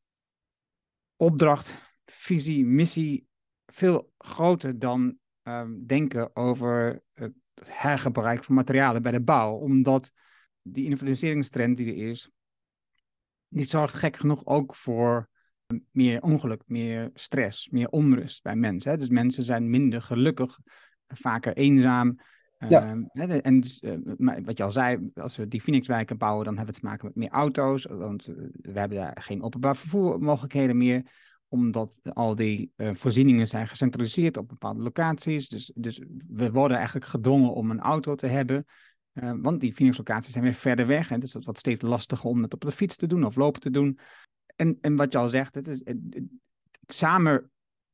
opdracht, visie, missie veel groter dan um, denken over het hergebruik van materialen bij de bouw. Omdat die individualiseringstrend die er is, die zorgt gek genoeg ook voor meer ongeluk, meer stress, meer onrust bij mensen. Hè? Dus mensen zijn minder gelukkig, vaker eenzaam. Ja. Uh, en uh, wat je al zei, als we die Phoenixwijken bouwen, dan hebben we te maken met meer auto's. Want uh, we hebben daar geen openbaar vervoermogelijkheden meer. Omdat al die uh, voorzieningen zijn gecentraliseerd op bepaalde locaties. Dus, dus we worden eigenlijk gedwongen om een auto te hebben. Uh, want die Phoenix-locaties zijn weer verder weg. En dus dat wordt steeds lastiger om het op de fiets te doen of lopen te doen. En, en wat je al zegt, het, is, het, het, het samen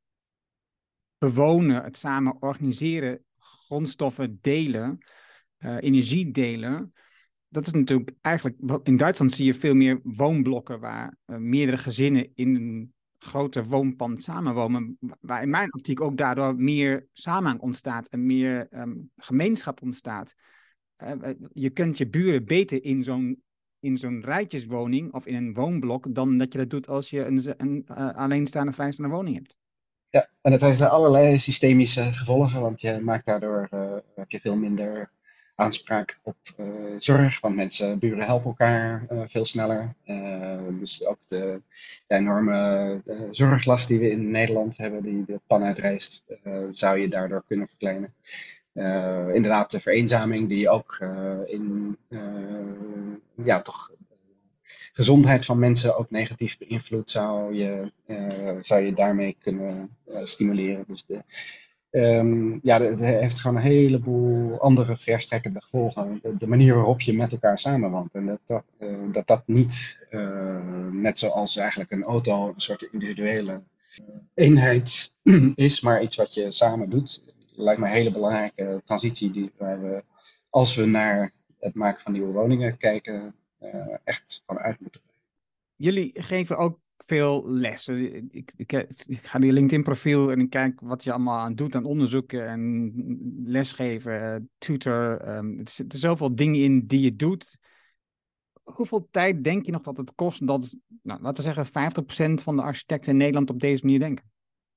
bewonen, het samen organiseren, grondstoffen delen, uh, energie delen. Dat is natuurlijk eigenlijk, in Duitsland zie je veel meer woonblokken waar uh, meerdere gezinnen in een groter woonpand samenwonen, waar in mijn optiek ook daardoor meer samenhang ontstaat en meer um, gemeenschap ontstaat. Uh, je kunt je buren beter in zo'n in zo'n rijtjeswoning of in een woonblok dan dat je dat doet als je een, een uh, alleenstaande vrijstaande woning hebt. Ja, en dat heeft allerlei systemische gevolgen, want je maakt daardoor uh, heb je veel minder aanspraak op uh, zorg, want mensen, buren helpen elkaar uh, veel sneller. Uh, dus ook de, de enorme uh, zorglast die we in Nederland hebben, die de pan uitreist, uh, zou je daardoor kunnen verkleinen. Uh, inderdaad, de vereenzaming die ook uh, in uh, ja, toch gezondheid van mensen ook negatief beïnvloedt, zou je, uh, zou je daarmee kunnen uh, stimuleren. Dus de, um, ja, het heeft gewoon een heleboel andere verstrekkende gevolgen. De, de manier waarop je met elkaar samenwoont. En dat dat, uh, dat, dat niet, uh, net zoals eigenlijk een auto, een soort individuele eenheid is, maar iets wat je samen doet. Lijkt me een hele belangrijke transitie die, waar we, als we naar het maken van nieuwe woningen kijken, uh, echt vanuit moeten gaan. Jullie geven ook veel lessen. Ik, ik, ik ga die LinkedIn-profiel en ik kijk wat je allemaal aan doet aan onderzoeken en lesgeven, tutor. Um, er zitten zoveel dingen in die je doet. Hoeveel tijd denk je nog dat het kost dat, nou, laten we zeggen, vijftig procent van de architecten in Nederland op deze manier denken?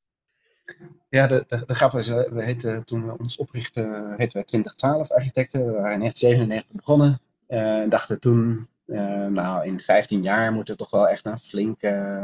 Ja, de, de, de grap is, we heten, toen we ons oprichten, heten we twintig twaalf architecten. We waren in negentien zevenennegentig begonnen en uh, dachten toen, uh, nou in vijftien jaar moeten we toch wel echt een flinke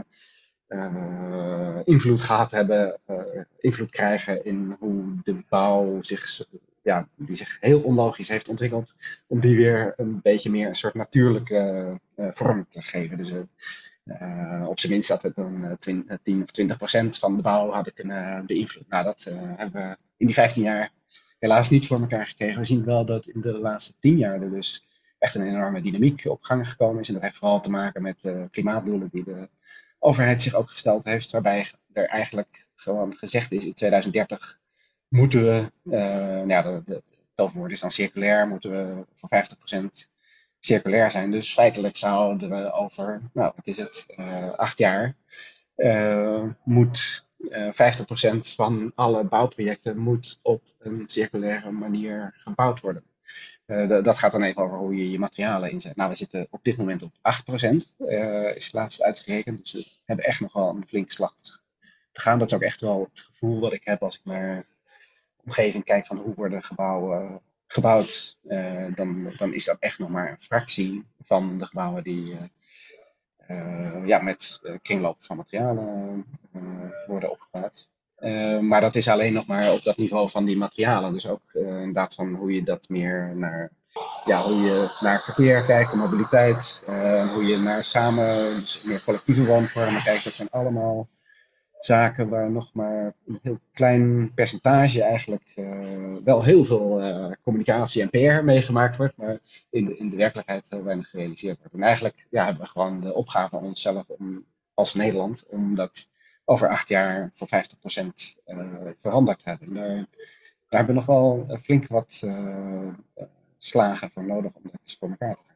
uh, invloed gehad hebben, uh, invloed krijgen in hoe de bouw zich, ja, die zich heel onlogisch heeft ontwikkeld, om die weer een beetje meer een soort natuurlijke uh, vorm te geven. Dus, uh, Uh, op zijn minst dat we dan uh, tien of twintig procent van de bouw hadden kunnen beïnvloeden. Nou, dat uh, hebben we in die vijftien jaar helaas niet voor elkaar gekregen. We zien wel dat in de laatste tien jaar er dus echt een enorme dynamiek op gang gekomen is. En dat heeft vooral te maken met de uh, klimaatdoelen die de overheid zich ook gesteld heeft. Waarbij er eigenlijk gewoon gezegd is, in tweeduizend dertig moeten we, uh, nou ja, de, de, toverwoord is dan circulair, moeten we voor vijftig procent circulair zijn. Dus feitelijk zouden we over, nou wat is het, uh, acht jaar uh, moet uh, vijftig procent van alle bouwprojecten moet op een circulaire manier gebouwd worden. Uh, d- dat gaat dan even over hoe je je materialen inzet. Nou, we zitten op dit moment op acht procent, uh, is het laatst uitgerekend. Dus we hebben echt nog wel een flinke slag te gaan. Dat is ook echt wel het gevoel wat ik heb als ik naar de omgeving kijk van hoe worden gebouwen gebouwd. Uh, dan, dan is dat echt nog maar een fractie van de gebouwen die uh, uh, ja, met uh, kringloop van materialen uh, worden opgebouwd. Uh, maar dat is alleen nog maar op dat niveau van die materialen. Dus ook uh, inderdaad van hoe je dat meer naar, ja, hoe je naar verkeer kijkt, de mobiliteit, uh, hoe je naar samen, dus meer collectieve woonvormen kijkt. Dat zijn allemaal zaken waar nog maar een heel klein percentage eigenlijk uh, wel heel veel uh, communicatie en P R meegemaakt wordt, maar in de, in de werkelijkheid heel weinig gerealiseerd wordt. En eigenlijk ja, hebben we gewoon de opgave aan onszelf om, als Nederland om dat over acht jaar voor vijftig procent uh, veranderd te hebben. Daar, daar hebben we nog wel flink wat uh, slagen voor nodig om dat voor elkaar te krijgen.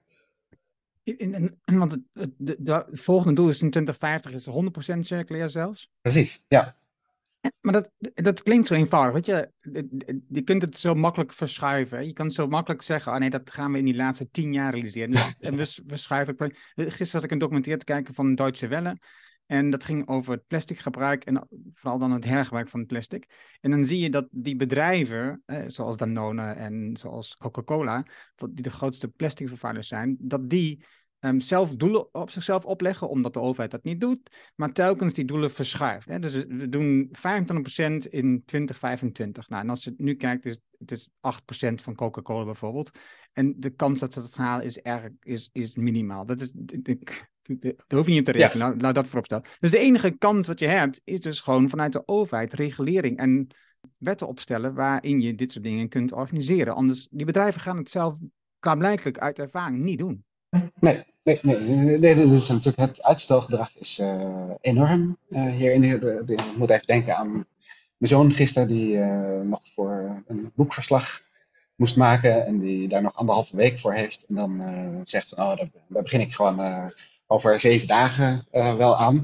En, en, want het, het, de, de, het volgende doel is in twintig vijftig is honderd procent circulair zelfs. Precies, ja. Maar dat, dat klinkt zo eenvoudig, weet je. Je kunt het zo makkelijk verschuiven. Je kan zo makkelijk zeggen, oh nee, dat gaan we in die laatste tien jaar realiseren. Dus, en we, we schuiven. Gisteren zat ik een documentaire te kijken van Deutsche Welle. En dat ging over het plastic gebruik en vooral dan het hergebruik van het plastic. En dan zie je dat die bedrijven, eh, zoals Danone en zoals Coca-Cola, die de grootste plasticvervuilers zijn, dat die um, zelf doelen op zichzelf opleggen, omdat de overheid dat niet doet, maar telkens die doelen verschuift. Hè. Dus we doen vijfentwintig procent in twintig vijfentwintig. Nou, en als je nu kijkt, is het is acht procent van Coca-Cola bijvoorbeeld. En de kans dat ze dat halen is, erg, is, is minimaal. Dat is... Ik, Daar hoef je niet op te rekenen, ja. laat, laat dat voorop stellen. Dus de enige kans wat je hebt, is dus gewoon vanuit de overheid regulering en wetten opstellen waarin je dit soort dingen kunt organiseren. Anders, die bedrijven gaan het zelf klaarblijkelijk uit ervaring niet doen. Nee, nee, nee, nee, nee dat is natuurlijk het uitstelgedrag is uh, enorm uh, hier in de, de, de, ik moet even denken aan mijn zoon gisteren die uh, nog voor een boekverslag moest maken en die daar nog anderhalve week voor heeft en dan uh, zegt van, oh, daar, daar begin ik gewoon uh, over zeven dagen uh, wel aan.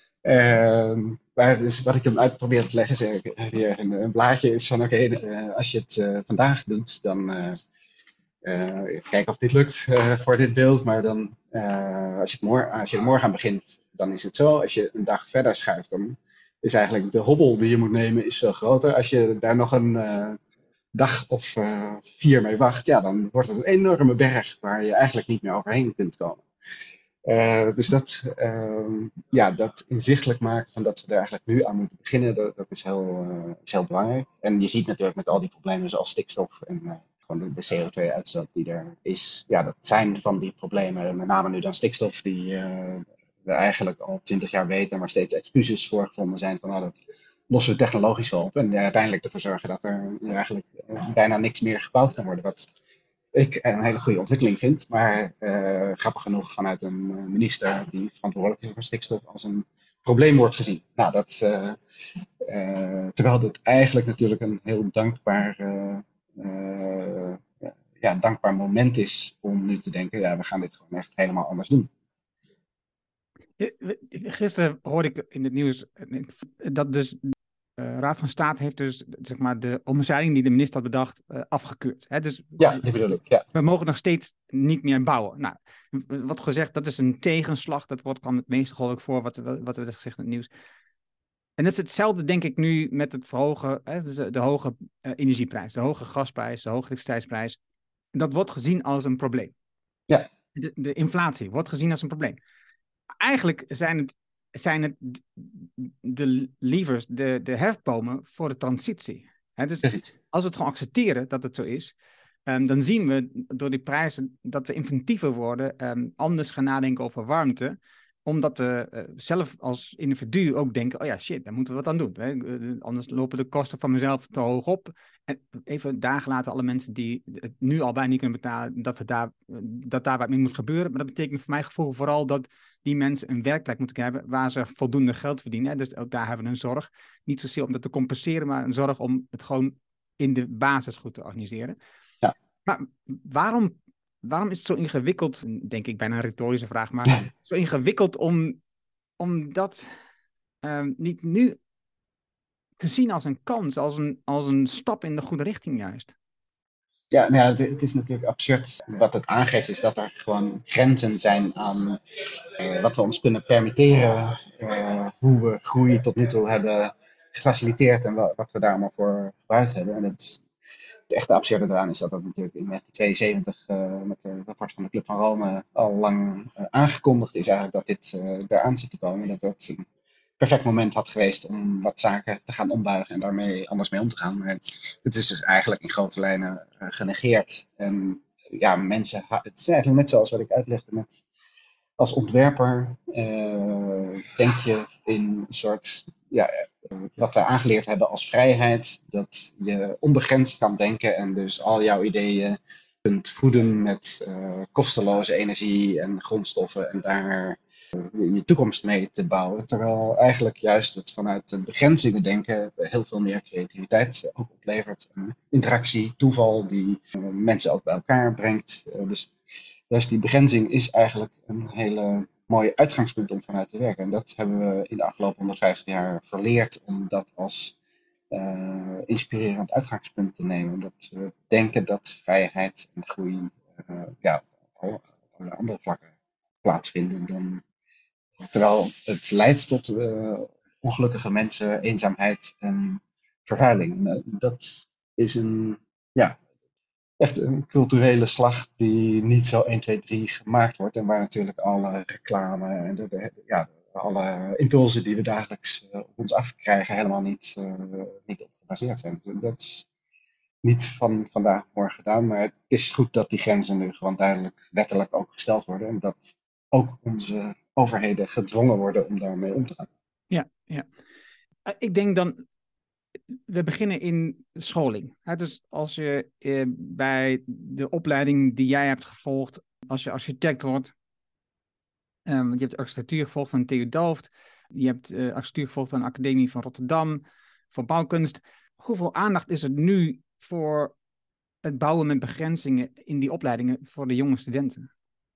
Uh, maar dus wat ik hem uit probeer te leggen, is weer een, een blaadje is van oké, okay, uh, als je het uh, vandaag doet, dan uh, uh, kijken of dit lukt uh, voor dit beeld, maar dan uh, als, je het morgen, als je er morgen aan begint, dan is het zo. Als je een dag verder schuift, dan is eigenlijk de hobbel die je moet nemen is veel groter. Als je daar nog een uh, dag of uh, vier mee wacht, ja, dan wordt het een enorme berg waar je eigenlijk niet meer overheen kunt komen. Uh, dus dat, uh, ja, dat inzichtelijk maken van dat we er eigenlijk nu aan moeten beginnen, dat, dat is, heel, uh, is heel belangrijk. En je ziet natuurlijk met al die problemen zoals stikstof en uh, gewoon de, de C O twee uitstoot die er is. Ja, dat zijn van die problemen, met name nu dan stikstof, die uh, we eigenlijk al twintig jaar weten, maar steeds excuses voor gevonden zijn van nou, dat lossen we technologisch wel op. En uh, uiteindelijk ervoor zorgen dat er uh, eigenlijk uh, bijna niks meer gebouwd kan worden. Wat ik een hele goede ontwikkeling vind, maar uh, grappig genoeg vanuit een minister die verantwoordelijk is voor stikstof als een probleem wordt gezien. Nou, dat, uh, uh, terwijl dit eigenlijk natuurlijk een heel dankbaar, uh, uh, ja, dankbaar moment is om nu te denken, ja, we gaan dit gewoon echt helemaal anders doen. Gisteren hoorde ik in het nieuws dat dus Uh, Raad van State heeft dus zeg maar, de omzeiling die de minister had bedacht uh, afgekeurd. Hè? Dus ja, die bedoel ik. Ja. We mogen nog steeds niet meer bouwen. Nou, wat gezegd, dat is een tegenslag. Dat wordt kwam het meest geloof ik voor wat, wat er werd gezegd in het nieuws. En dat is hetzelfde denk ik nu met het verhogen, hè, dus de, de hoge uh, energieprijs, de hoge gasprijs, de hoge elektriciteitsprijs. Dat wordt gezien als een probleem. Ja. De, de inflatie wordt gezien als een probleem. Eigenlijk zijn het zijn het de levers, de, de hefbomen voor de transitie. He, dus als we het gewoon accepteren dat het zo is, um, dan zien we door die prijzen dat we inventiever worden, um, anders gaan nadenken over warmte, omdat we uh, zelf als individu ook denken, oh ja, shit, daar moeten we wat aan doen. Hè? Uh, anders lopen de kosten van mezelf te hoog op. En even dagen later alle mensen die het nu al bijna niet kunnen betalen, dat, we daar, uh, dat daar wat mee moet gebeuren. Maar dat betekent voor mijn gevoel vooral dat die mensen een werkplek moeten hebben waar ze voldoende geld verdienen. Hè? Dus ook daar hebben we een zorg. Niet zozeer om dat te compenseren, maar een zorg om het gewoon in de basis goed te organiseren. Maar waarom, waarom is het zo ingewikkeld, denk ik bijna een retorische vraag, maar zo ingewikkeld om, om dat uh, niet nu te zien als een kans, als een, als een stap in de goede richting juist? Ja, nou ja, het, het is natuurlijk absurd. Wat het aangeeft is dat er gewoon grenzen zijn aan uh, wat we ons kunnen permitteren. Uh, hoe we groei tot nu toe hebben gefaciliteerd en wa- wat we daar allemaal voor gebruikt hebben. En het, is- het echte absurde eraan is dat dat natuurlijk in negentien tweeënzeventig uh, met het rapport van de Club van Rome al lang uh, aangekondigd is eigenlijk dat dit uh, eraan zit te komen. Dat dat een perfect moment had geweest om wat zaken te gaan ombuigen en daarmee anders mee om te gaan. Maar het is dus eigenlijk in grote lijnen uh, genegeerd. En ja, mensen, ha- het is eigenlijk net zoals wat ik uitlegde met als ontwerper uh, denk je in een soort, ja, uh, wat we aangeleerd hebben als vrijheid, dat je onbegrensd kan denken en dus al jouw ideeën kunt voeden met uh, kosteloze energie en grondstoffen en daar uh, je toekomst mee te bouwen. Terwijl eigenlijk juist het vanuit de begrenzingen denken heel veel meer creativiteit ook oplevert. En interactie, toeval die uh, mensen ook bij elkaar brengt. Uh, dus dus die begrenzing is eigenlijk een hele mooie uitgangspunt om vanuit te werken. En dat hebben we in de afgelopen honderdvijftig jaar verleerd om dat als uh, inspirerend uitgangspunt te nemen. Omdat we denken dat vrijheid en groei uh, ja, op alle andere vlakken plaatsvinden. Dan, terwijl het leidt tot uh, ongelukkige mensen, eenzaamheid en vervuiling. En, uh, dat is een, ja, echt een culturele slag die niet zo één, twee, drie gemaakt wordt. En waar natuurlijk alle reclame en de, de, ja, alle impulsen die we dagelijks uh, op ons afkrijgen helemaal niet, uh, niet op gebaseerd zijn. Dat is niet van vandaag op morgen gedaan, maar het is goed dat die grenzen nu gewoon duidelijk wettelijk ook gesteld worden. En dat ook onze overheden gedwongen worden om daarmee om te gaan. Ja, ja. Uh, ik denk dan, we beginnen in scholing. Hè? Dus als je uh, bij de opleiding die jij hebt gevolgd, als je architect wordt, um, je hebt architectuur gevolgd aan T U Delft, je hebt uh, architectuur gevolgd aan de Academie van Rotterdam, voor bouwkunst. Hoeveel aandacht is er nu voor het bouwen met begrenzingen in die opleidingen voor de jonge studenten?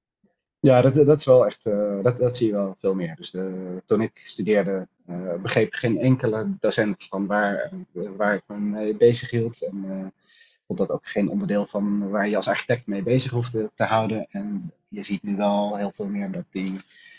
Ja, dat, dat is wel echt, uh, dat, dat zie je wel veel meer. Dus de, toen ik studeerde, uh, begreep geen enkele docent van waar, uh, waar ik me mee bezig hield. En uh, vond dat ook geen onderdeel van waar je als architect mee bezig hoefde te houden. En je ziet nu wel heel veel meer dat die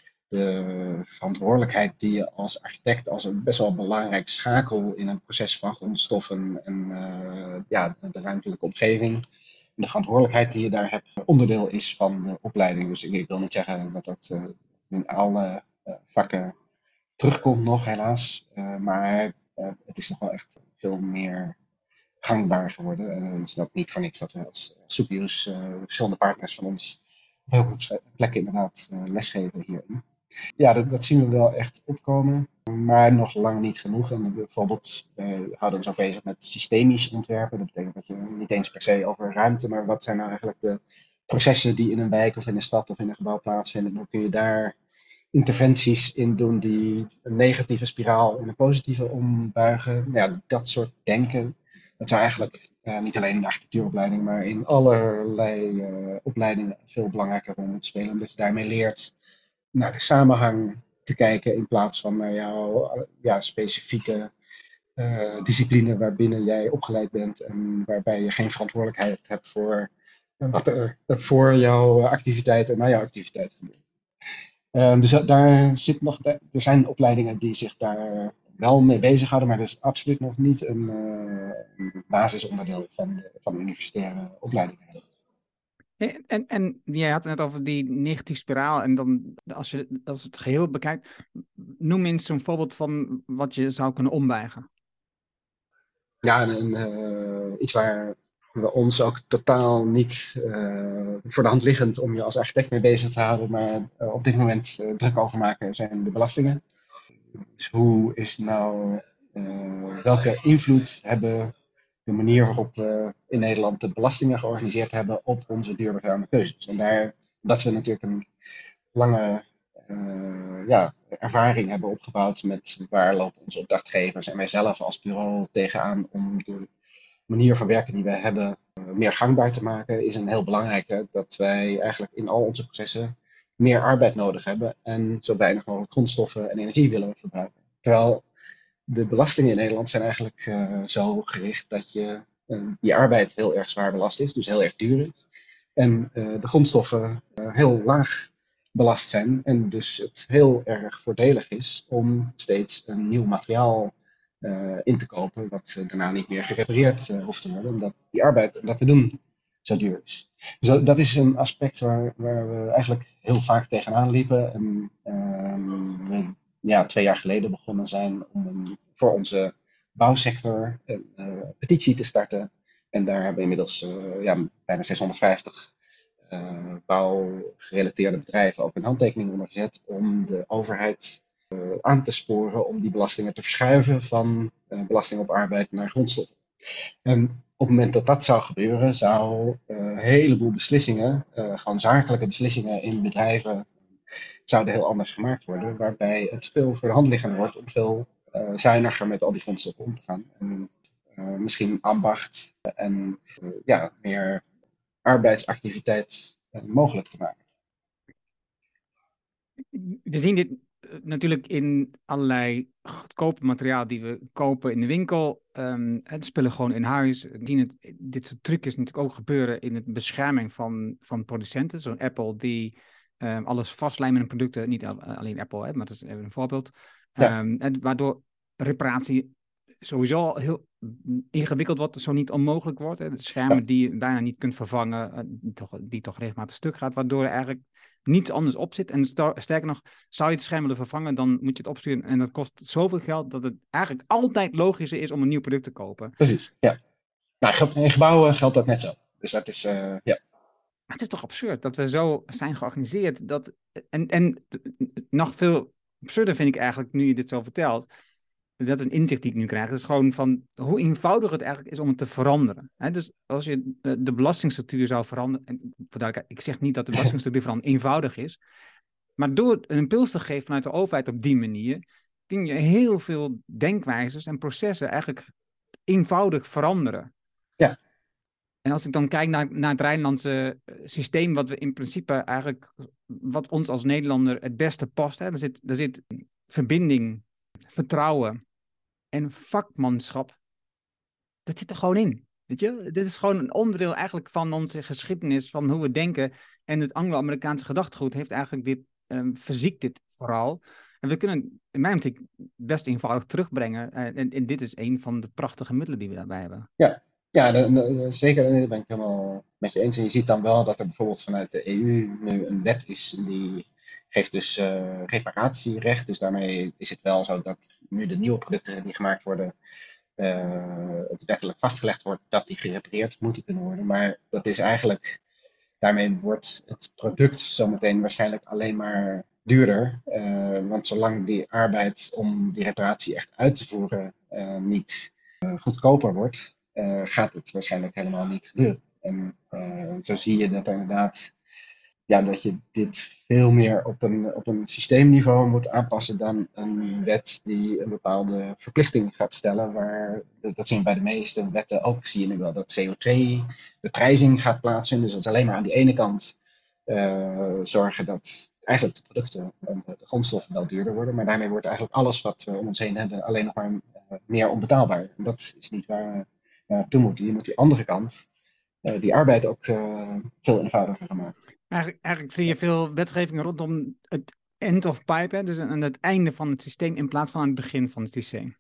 de verantwoordelijkheid die je als architect als een best wel belangrijk schakel in een proces van grondstoffen en uh, ja, de ruimtelijke omgeving. De verantwoordelijkheid die je daar hebt onderdeel is van de opleiding. Dus ik, ik wil niet zeggen dat dat uh, in alle uh, vakken terugkomt nog helaas. Uh, maar uh, het is nog wel echt veel meer gangbaar geworden. En het is ook niet voor niks dat we als Soepius uh, verschillende partners van ons op heel veel plekken inderdaad uh, lesgeven hierin. Ja, dat, dat zien we wel echt opkomen, maar nog lang niet genoeg. En bijvoorbeeld, we houden ons ook bezig met systemisch ontwerpen. Dat betekent dat je niet eens per se over ruimte, maar wat zijn nou eigenlijk de processen die in een wijk of in een stad of in een gebouw plaatsvinden. Hoe kun je daar interventies in doen die een negatieve spiraal in een positieve ombuigen. Ja, dat soort denken. Dat zou eigenlijk uh, niet alleen in de architectuuropleiding, maar in allerlei uh, opleidingen veel belangrijker rol moeten spelen. Omdat je daarmee leert naar de samenhang te kijken in plaats van naar jouw ja, specifieke uh, discipline waarbinnen jij opgeleid bent en waarbij je geen verantwoordelijkheid hebt voor wat er voor jouw activiteit en na jouw activiteit gebeurt. Uh, dus daar zit nog, er zijn opleidingen die zich daar wel mee bezighouden, maar dat is absoluut nog niet een, uh, een basisonderdeel van de, van de universitaire opleidingen. En, en, en jij had het net over die negatieve spiraal. En dan, als je als het geheel bekijkt, noem eens een voorbeeld van wat je zou kunnen ombuigen. Ja, en, uh, iets waar we ons ook totaal niet uh, voor de hand liggend om je als architect mee bezig te houden, maar uh, op dit moment uh, druk over maken, zijn de belastingen. Dus hoe is nou, uh, welke invloed hebben de manier waarop we in Nederland de belastingen georganiseerd hebben op onze duurzame keuzes? En daar, dat we natuurlijk een lange uh, ja, ervaring hebben opgebouwd met waar lopen onze opdrachtgevers en wij zelf als bureau tegenaan om de manier van werken die we hebben uh, meer gangbaar te maken, is een heel belangrijke dat wij eigenlijk in al onze processen meer arbeid nodig hebben en zo weinig mogelijk grondstoffen en energie willen verbruiken. Terwijl de belastingen in Nederland zijn eigenlijk uh, zo gericht dat je uh, die arbeid heel erg zwaar belast is, dus heel erg duur is. En uh, de grondstoffen uh, heel laag belast zijn en dus het heel erg voordelig is om steeds een nieuw materiaal uh, in te kopen wat uh, daarna niet meer gerepareerd uh, hoeft te worden, omdat die arbeid om dat te doen zo duur is. Dus dat is een aspect waar, waar we eigenlijk heel vaak tegenaan liepen en uh, we ja, twee jaar geleden begonnen zijn om een, voor onze bouwsector een uh, petitie te starten. En daar hebben we inmiddels uh, ja, bijna zeshonderdvijftig uh, bouwgerelateerde bedrijven ook een handtekening onder gezet om de overheid uh, aan te sporen om die belastingen te verschuiven van uh, belasting op arbeid naar grondstoffen. En op het moment dat dat zou gebeuren, zou uh, een heleboel beslissingen, uh, gewoon zakelijke beslissingen in bedrijven, zouden heel anders gemaakt worden, waarbij het veel voor de hand liggender wordt om veel uh, zuiniger met al die grondstoffen om te gaan. En uh, misschien ambacht en uh, ja, meer arbeidsactiviteit uh, mogelijk te maken. We zien dit natuurlijk in allerlei goedkope materiaal die we kopen in de winkel. Um, het spullen gewoon in huis. We zien het, dit soort trucjes natuurlijk ook gebeuren in de bescherming van, van producenten. Zo'n Apple die um, alles vastlijmt met hun producten. Niet alleen Apple, hè, maar dat is even een voorbeeld. Ja. Um, en waardoor reparatie sowieso al heel ingewikkeld wordt, zo niet onmogelijk wordt. Hè. De schermen Ja. die je bijna niet kunt vervangen, die toch, die toch regelmatig stuk gaat, waardoor er eigenlijk niets anders op zit. En sterker nog, zou je het scherm willen vervangen, dan moet je het opsturen. En dat kost zoveel geld dat het eigenlijk altijd logischer is om een nieuw product te kopen. Precies, ja. Nou, in gebouwen geldt dat net zo. Dus dat is, uh, ja. Maar het is toch absurd dat we zo zijn georganiseerd. Dat, en, en nog veel absurder vind ik eigenlijk, nu je dit zo vertelt, dat is een inzicht die ik nu krijg. Dat is gewoon van hoe eenvoudig het eigenlijk is om het te veranderen. He, dus als je de belastingstructuur zou veranderen. En ik zeg niet dat de belastingstructuur vooral eenvoudig is. Maar door een impuls te geven vanuit de overheid op die manier, kun je heel veel denkwijzes en processen eigenlijk eenvoudig veranderen. Ja. En als ik dan kijk naar, naar het Rijnlandse systeem, wat we in principe eigenlijk, wat ons als Nederlander het beste past. Hè, daar zit, daar zit verbinding, vertrouwen en vakmanschap. Dat zit er gewoon in. Weet je? Dit is gewoon een onderdeel eigenlijk van onze geschiedenis, van hoe we denken. En het Anglo-Amerikaanse gedachtegoed heeft eigenlijk dit, um, verziekt dit vooral. En we kunnen, in mijn optiek, best eenvoudig terugbrengen. Uh, en, en dit is een van de prachtige middelen die we daarbij hebben. Ja, ja de, de, zeker. Daar ben ik helemaal met je eens. En je ziet dan wel dat er bijvoorbeeld vanuit de E U nu een wet is die geeft dus uh, reparatierecht. Dus daarmee is het wel zo dat nu de nieuwe producten die gemaakt worden, uh, het wettelijk vastgelegd wordt dat die gerepareerd moeten kunnen worden. Maar dat is eigenlijk, daarmee wordt het product zometeen waarschijnlijk alleen maar duurder. Uh, want zolang die arbeid om die reparatie echt uit te voeren uh, niet uh, goedkoper wordt, uh, gaat het waarschijnlijk helemaal niet gebeuren. En uh, zo zie je dat er inderdaad, ja, dat je dit veel meer op een, op een systeemniveau moet aanpassen dan een wet die een bepaalde verplichting gaat stellen. Waar, dat zien we bij de meeste wetten ook, zie je nu wel, dat C O twee beprijzing gaat plaatsvinden. Dus dat is alleen maar aan die ene kant uh, zorgen dat eigenlijk de producten en de grondstoffen wel duurder worden. Maar daarmee wordt eigenlijk alles wat we om ons heen hebben alleen nog maar uh, meer onbetaalbaar. En dat is niet waar we naartoe moeten. Je moet die andere kant, uh, die arbeid ook uh, veel eenvoudiger gaan maken. Eigenlijk, eigenlijk zie je veel wetgevingen rondom het end of pipe, hè? Dus aan het einde van het systeem in plaats van aan het begin van het systeem.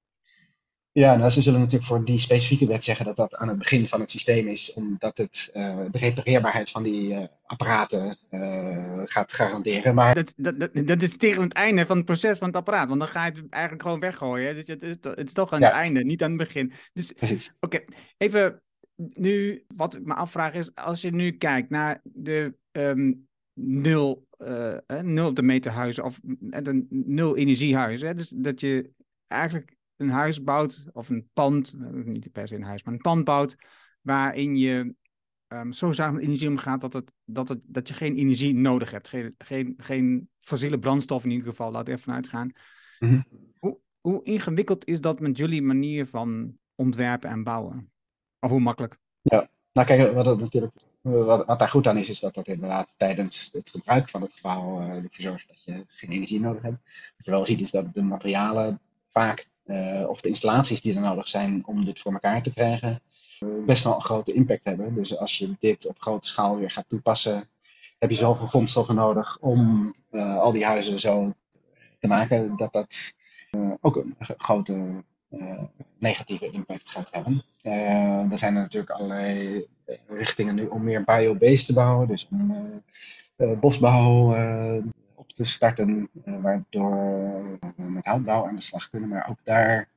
Ja, nou, ze zullen natuurlijk voor die specifieke wet zeggen dat dat aan het begin van het systeem is, omdat het uh, de repareerbaarheid van die uh, apparaten uh, gaat garanderen. Maar dat, dat, dat, dat is tegen het einde van het proces van het apparaat, want dan ga je het eigenlijk gewoon weggooien. Hè? Dus het, is, het is toch aan ja. het einde, niet aan het begin. Dus, precies. Oké, okay. Even nu, wat ik me afvraag is, als je nu kijkt naar de um, nul, uh, nul op de meter huizen of de nul energiehuizen, hè? Dus dat je eigenlijk een huis bouwt, of een pand, niet per se een huis, maar een pand bouwt, waarin je um, zo zuinig met energie omgaat dat, het, dat, het, dat je geen energie nodig hebt. Geen, geen, geen fossiele brandstof in ieder geval, laat er even uitgaan. Mm-hmm. Hoe, hoe ingewikkeld is dat met jullie manier van ontwerpen en bouwen? Of hoe makkelijk? Ja, nou kijk, wat, het natuurlijk, wat, wat daar goed aan is, is dat dat inderdaad tijdens het gebruik van het gebouw uh, ervoor zorgt dat je geen energie nodig hebt. Wat je wel ziet is dat de materialen vaak, uh, of de installaties die er nodig zijn om dit voor elkaar te krijgen, uh, best wel een grote impact hebben. Dus als je dit op grote schaal weer gaat toepassen, heb je zoveel grondstoffen nodig om uh, al die huizen zo te maken dat dat uh, ook een grote uh, negatieve impact gaat hebben. Uh, er zijn er natuurlijk allerlei richtingen nu om meer biobased te bouwen, dus om uh, uh, bosbouw uh, op te starten, uh, waardoor we met houtbouw aan de slag kunnen. Maar ook daar,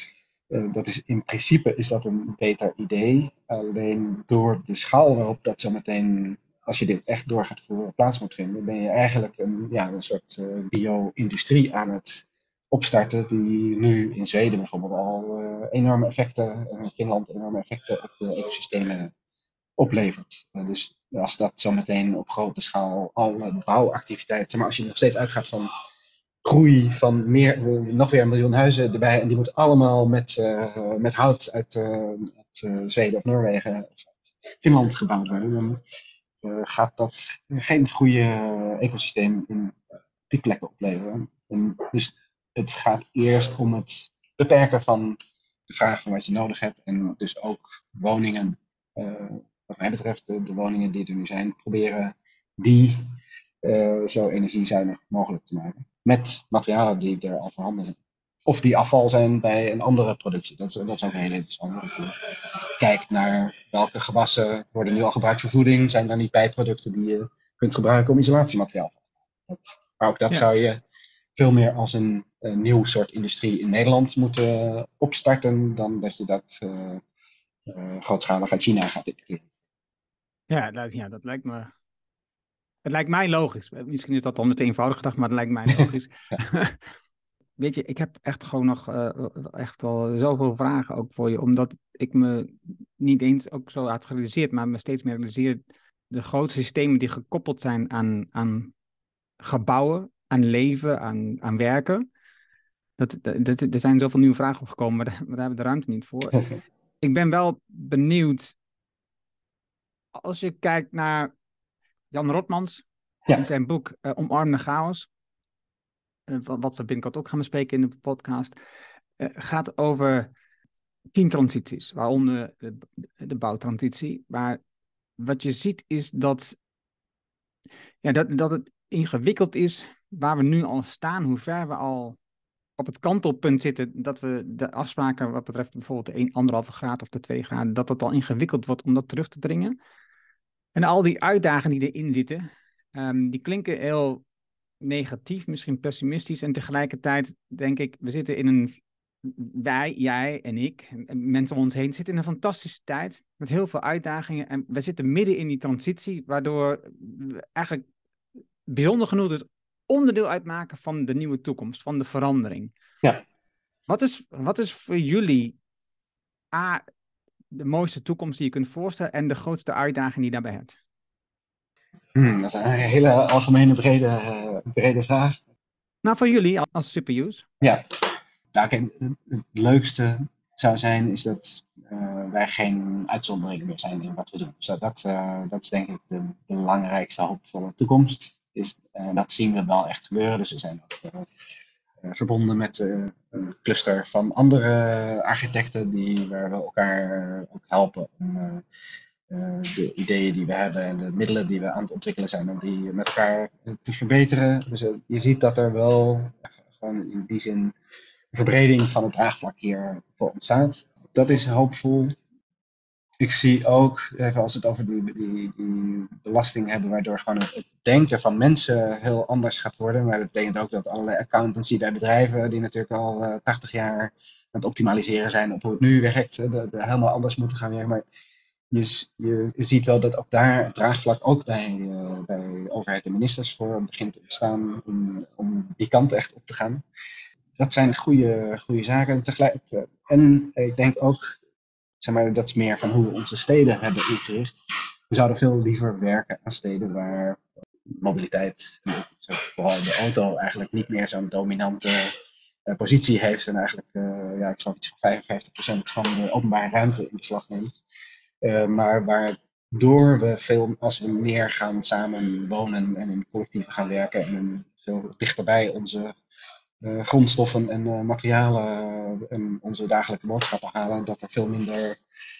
uh, dat is in principe is dat een beter idee. Alleen door de schaal waarop dat zo meteen, als je dit echt door gaat voeren, plaats moet vinden, ben je eigenlijk een, ja, een soort uh, bio-industrie aan het opstarten, die nu in Zweden bijvoorbeeld al uh, enorme effecten, en in Finland enorme effecten op de ecosystemen oplevert. Uh, dus als dat zo meteen op grote schaal alle bouwactiviteiten, maar als je nog steeds uitgaat van groei van meer, uh, nog weer een miljoen huizen erbij, en die moeten allemaal met, uh, met hout uit, uh, uit uh, Zweden of Noorwegen of uit Finland gebouwd worden, dan uh, gaat dat geen goede ecosysteem in die plekken opleveren. En dus het gaat eerst om het beperken van de vraag van wat je nodig hebt. En dus ook woningen, uh, wat mij betreft, de, de woningen die er nu zijn, proberen die uh, zo energiezuinig mogelijk te maken. Met materialen die er al voorhanden zijn. Of die afval zijn bij een andere productie. Dat is, dat is ook heel interessant. Dat je kijkt naar welke gewassen worden nu al gebruikt voor voeding. Zijn er niet bijproducten die je kunt gebruiken om isolatiemateriaal te maken? Maar ook dat ja. zou je veel meer als een, een nieuw soort industrie in Nederland moeten uh, opstarten, dan dat je dat uh, uh, grootschalig uit China gaat importeren. Ja, dat, ja, dat lijkt me... Het lijkt mij logisch. Misschien is dat dan meteen eenvoudig gedacht, maar het lijkt mij logisch. Weet je, ik heb echt gewoon nog uh, echt wel zoveel vragen ook voor je, omdat ik me niet eens ook zo had gerealiseerd, maar me steeds meer realiseer de grote systemen die gekoppeld zijn aan, aan gebouwen, aan leven, aan, aan werken. Dat, dat, dat, er zijn zoveel nieuwe vragen opgekomen, maar daar, maar daar hebben we de ruimte niet voor. Ik ben wel benieuwd, als je kijkt naar Jan Rotmans, ja. in zijn boek uh, Omarm de chaos, uh, wat we binnenkort ook gaan bespreken in de podcast, uh, gaat over tien transities, waaronder de, de bouwtransitie. Maar wat je ziet is dat, ja, dat, dat het ingewikkeld is waar we nu al staan, hoe ver we al op het kantelpunt zitten, dat we de afspraken wat betreft bijvoorbeeld de anderhalve graad of de twee graden, dat het al ingewikkeld wordt om dat terug te dringen. En al die uitdagingen die erin zitten, um, die klinken heel negatief, misschien pessimistisch. En tegelijkertijd denk ik, we zitten in een, wij, jij en ik, en mensen om ons heen, zitten in een fantastische tijd met heel veel uitdagingen. En we zitten midden in die transitie, waardoor we eigenlijk bijzonder genoeg het onderdeel uitmaken van de nieuwe toekomst, van de verandering. Ja. Wat is, wat is voor jullie A, de mooiste toekomst die je kunt voorstellen en de grootste uitdaging die je daarbij hebt? Hmm, dat is een hele algemene, brede, uh, brede vraag. Nou, voor jullie als superuse? Ja, nou, kijk, het leukste zou zijn is dat uh, wij geen uitzondering meer zijn in wat we doen. Dus dat, dat, uh, dat is denk ik de belangrijkste hoopvolle toekomst. Is, uh, dat zien we wel echt gebeuren. Dus we zijn ook uh, uh, verbonden met uh, een cluster van andere architecten die, waar we elkaar ook helpen om uh, uh, de ideeën die we hebben en de middelen die we aan het ontwikkelen zijn, om die met elkaar te verbeteren. Dus uh, je ziet dat er wel uh, gewoon in die zin verbreding van het draagvlak hier voor ontstaat. Dat is hoopvol. Ik zie ook, even als we het over die, die, die belasting hebben, waardoor gewoon het denken van mensen heel anders gaat worden. Maar dat betekent ook dat allerlei accountancy bij bedrijven, die natuurlijk al uh, tachtig jaar aan het optimaliseren zijn op hoe het nu werkt, de, de helemaal anders moeten gaan werken. Maar je, je, je ziet wel dat ook daar het draagvlak ook bij, uh, bij overheid en ministers voor begint te bestaan om, om die kant echt op te gaan. Dat zijn goede, goede zaken. Tegelijk, en ik denk ook, zeg maar, dat is meer van hoe we onze steden hebben ingericht. We zouden veel liever werken aan steden waar mobiliteit, vooral de auto, eigenlijk niet meer zo'n dominante uh, positie heeft en eigenlijk, uh, ja, ik geloof iets van vijfenvijftig procent van de openbare ruimte in beslag neemt. Uh, maar waardoor we veel, als we meer gaan samen wonen en in collectieven gaan werken en veel dichterbij onze uh, grondstoffen en uh, materialen en onze dagelijkse boodschappen halen, dat er veel minder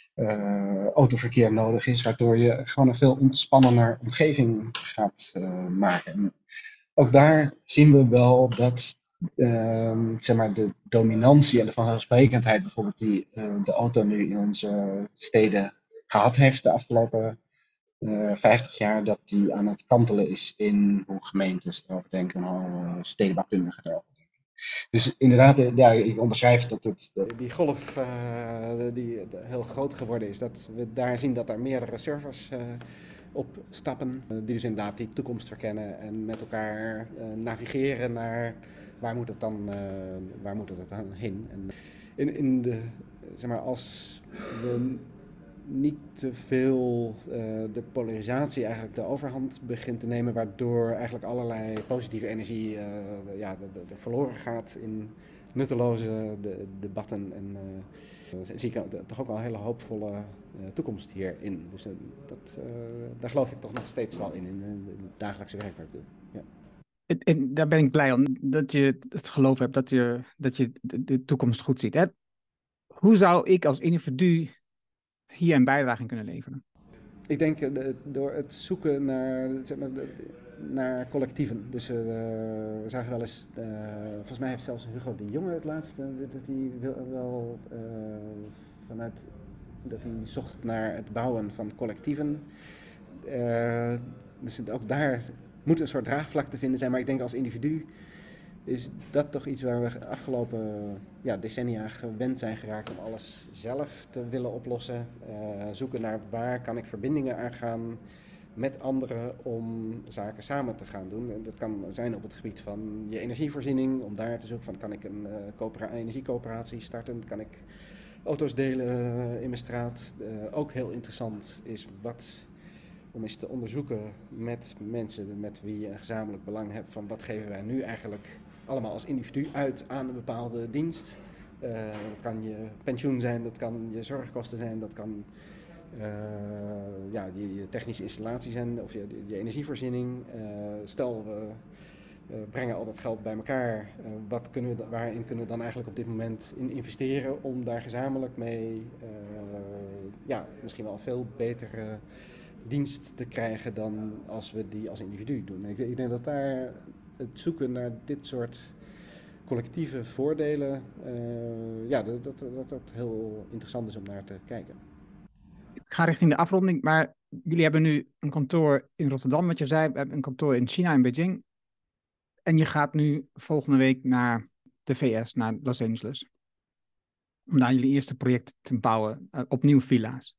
uh, autoverkeer nodig is, waardoor je gewoon een veel ontspannender omgeving gaat uh, maken. En ook daar zien we wel dat uh, zeg maar de dominantie en de vanzelfsprekendheid bijvoorbeeld die uh, de auto nu in onze steden gehad heeft de afgelopen uh, vijftig jaar, dat die aan het kantelen is in hoe gemeentes erover denken en hoe uh, stedenbouwkundigen erover denken. Dus inderdaad, ja, ik onderschrijf dat het... Uh... Die golf uh, die heel groot geworden is, dat we daar zien dat er meerdere servers uh, op stappen, uh, die dus inderdaad die toekomst verkennen en met elkaar uh, navigeren naar waar moet het dan, uh, waar moet het dan heen. En in, in de, zeg maar, als we niet te veel uh, de polarisatie eigenlijk de overhand begint te nemen, waardoor eigenlijk allerlei positieve energie uh, ja, de, de, de verloren gaat in nutteloze de, debatten. En uh, zie ik toch ook wel een hele hoopvolle uh, toekomst hierin. Dus uh, dat, uh, daar geloof ik toch nog steeds wel in, in, in het dagelijkse werk wat ik doe. Ja. En, en daar ben ik blij om, dat je het geloof hebt dat je, dat je de, de toekomst goed ziet. Hè? Hoe zou ik als individu hier een bijdrage in kunnen leveren? Ik denk de, door het zoeken naar, zeg maar, de, naar collectieven. Dus uh, we zagen wel eens, uh, volgens mij heeft zelfs Hugo de Jonge het laatste, dat hij wel, wel uh, vanuit, dat hij zocht naar het bouwen van collectieven. Uh, dus ook daar moet een soort draagvlak te vinden zijn, maar ik denk als individu is dat toch iets waar we de afgelopen ja, decennia gewend zijn geraakt om alles zelf te willen oplossen. Uh, zoeken naar waar kan ik verbindingen aangaan met anderen om zaken samen te gaan doen. En dat kan zijn op het gebied van je energievoorziening, om daar te zoeken van kan ik een uh, coöpera- energiecoöperatie starten, kan ik auto's delen uh, in mijn straat. Uh, ook heel interessant is wat... om eens te onderzoeken met mensen met wie je een gezamenlijk belang hebt van wat geven wij nu eigenlijk allemaal als individu uit aan een bepaalde dienst. Uh, dat kan je pensioen zijn, dat kan je zorgkosten zijn, dat kan uh, ja, je, je technische installatie zijn of je, je energievoorziening. Uh, stel we uh, brengen al dat geld bij elkaar, uh, wat kunnen we, waarin kunnen we dan eigenlijk op dit moment in investeren om daar gezamenlijk mee uh, ja, misschien wel veel betere dienst te krijgen dan als we die als individu doen. Ik, ik denk dat daar het zoeken naar dit soort collectieve voordelen, uh, ja, dat, dat, dat dat heel interessant is om naar te kijken. Ik ga richting de afronding, maar jullie hebben nu een kantoor in Rotterdam, wat je zei, we hebben een kantoor in China, in Beijing. En je gaat nu volgende week naar de V S, naar Los Angeles. Om daar jullie eerste project te bouwen, uh, opnieuw villa's.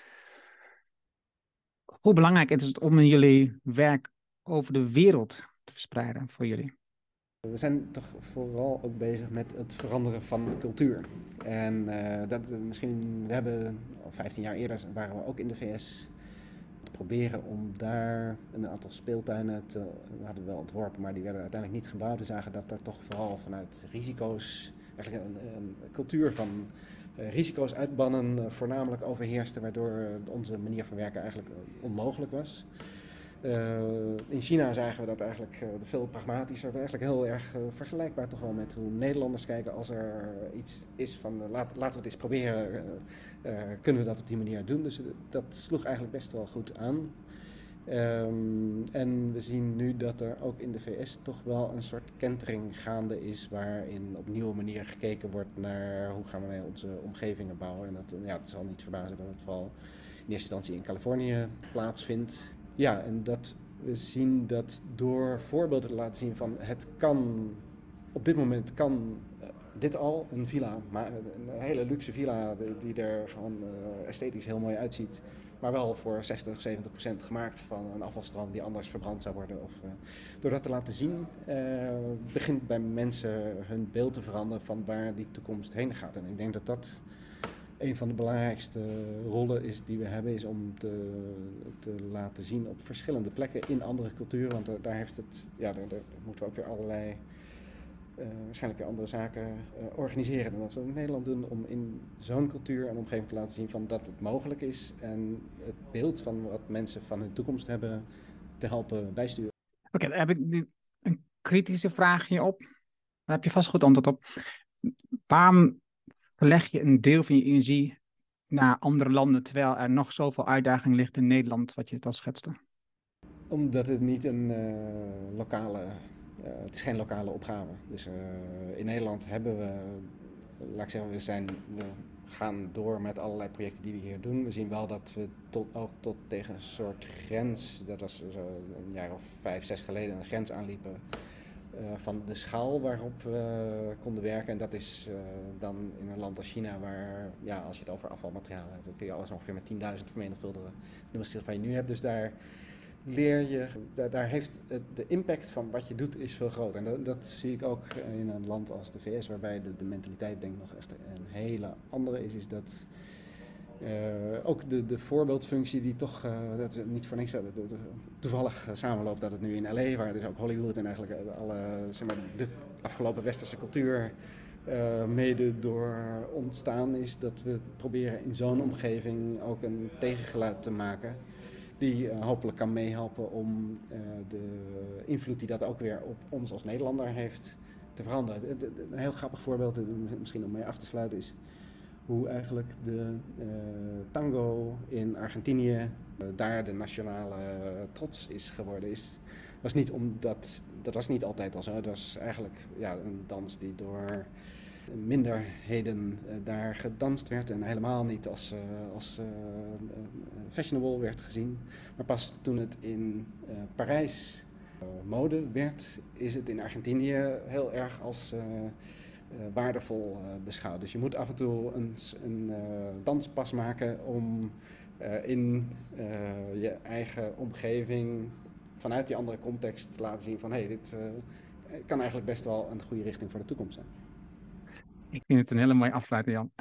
Hoe belangrijk is het om jullie werk over de wereld te verspreiden voor jullie? We zijn toch vooral ook bezig met het veranderen van cultuur. En uh, dat, misschien, we hebben al vijftien jaar eerder waren we ook in de V S te proberen om daar een aantal speeltuinen te, we hadden wel ontworpen, maar die werden uiteindelijk niet gebouwd. We zagen dat er toch vooral vanuit risico's, eigenlijk een, een cultuur van uh, risico's uitbannen uh, voornamelijk overheerste, waardoor onze manier van werken eigenlijk onmogelijk was. Uh, in China zagen we dat eigenlijk uh, veel pragmatischer, eigenlijk heel erg uh, vergelijkbaar toch wel met hoe Nederlanders kijken als er iets is van uh, laat, laten we het eens proberen, uh, uh, kunnen we dat op die manier doen. Dus uh, dat sloeg eigenlijk best wel goed aan. Um, en we zien nu dat er ook in de V S toch wel een soort kentering gaande is waarin op nieuwe manier gekeken wordt naar hoe gaan we naar onze omgevingen bouwen. En dat, ja, het zal niet verbazen dat het vooral in eerste instantie in Californië plaatsvindt. Ja, en dat we zien dat door voorbeelden te laten zien van het kan, op dit moment kan uh, dit al, een villa, maar een hele luxe villa die er gewoon uh, esthetisch heel mooi uitziet, maar wel voor zestig, zeventig procent gemaakt van een afvalstroom die anders verbrand zou worden. Of, uh, door dat te laten zien, uh, begint bij mensen hun beeld te veranderen van waar die toekomst heen gaat. En ik denk dat dat een van de belangrijkste rollen is die we hebben, is om te, te laten zien op verschillende plekken in andere culturen. Want daar heeft het, ja, daar, daar moeten we ook weer allerlei uh, waarschijnlijk weer andere zaken uh, organiseren dan dat we in Nederland doen, om in zo'n cultuur en omgeving te laten zien van dat het mogelijk is en het beeld van wat mensen van hun toekomst hebben te helpen bijsturen. Oké, okay, dan heb ik nu een kritische vraagje op. Daar heb je vast goed antwoord op. Waarom verleg je een deel van je energie naar andere landen, terwijl er nog zoveel uitdaging ligt in Nederland, wat je het al schetste? Omdat het niet een uh, lokale, uh, het is geen lokale opgave. Dus uh, in Nederland hebben we, laat ik zeggen, we, zijn, we gaan door met allerlei projecten die we hier doen. We zien wel dat we tot, ook tot tegen een soort grens, dat was zo een jaar of vijf, zes geleden, een grens aanliepen. Uh, van de schaal waarop we konden werken. En dat is uh, dan in een land als China, waar, ja, als je het over afvalmateriaal hebt, dan kun je alles ongeveer met tienduizend vermenigvuldigen. De nummer van je nu hebt. Dus daar leer je, daar, daar heeft het, de impact van wat je doet is veel groter. En dat, dat zie ik ook in een land als de V S, waarbij de, de mentaliteit denk ik nog echt een hele andere is. Is dat uh, ook de, de voorbeeldfunctie die toch, uh, dat we niet voor niks hebben, dat, dat, toevallig uh, samenloopt dat het nu in L A, waar dus ook Hollywood en eigenlijk alle, zeg maar, de afgelopen westerse cultuur uh, mede door ontstaan is, dat we proberen in zo'n omgeving ook een tegengeluid te maken die uh, hopelijk kan meehelpen om uh, de invloed die dat ook weer op ons als Nederlander heeft te veranderen. Een heel grappig voorbeeld, misschien om mee af te sluiten, is hoe eigenlijk de uh, tango in Argentinië uh, daar de nationale uh, trots is geworden. Is, was niet omdat, dat was niet altijd al zo. Het was eigenlijk ja, een dans die door minderheden uh, daar gedanst werd en helemaal niet als, uh, als uh, fashionable werd gezien. Maar pas toen het in uh, Parijs uh, mode werd, is het in Argentinië heel erg als uh, Uh, waardevol uh, beschouwd. Dus je moet af en toe een, een uh, danspas maken om uh, in uh, je eigen omgeving vanuit die andere context te laten zien van hé, hey, dit uh, kan eigenlijk best wel een goede richting voor de toekomst zijn. Ik vind het een hele mooie afsluiting, Jan.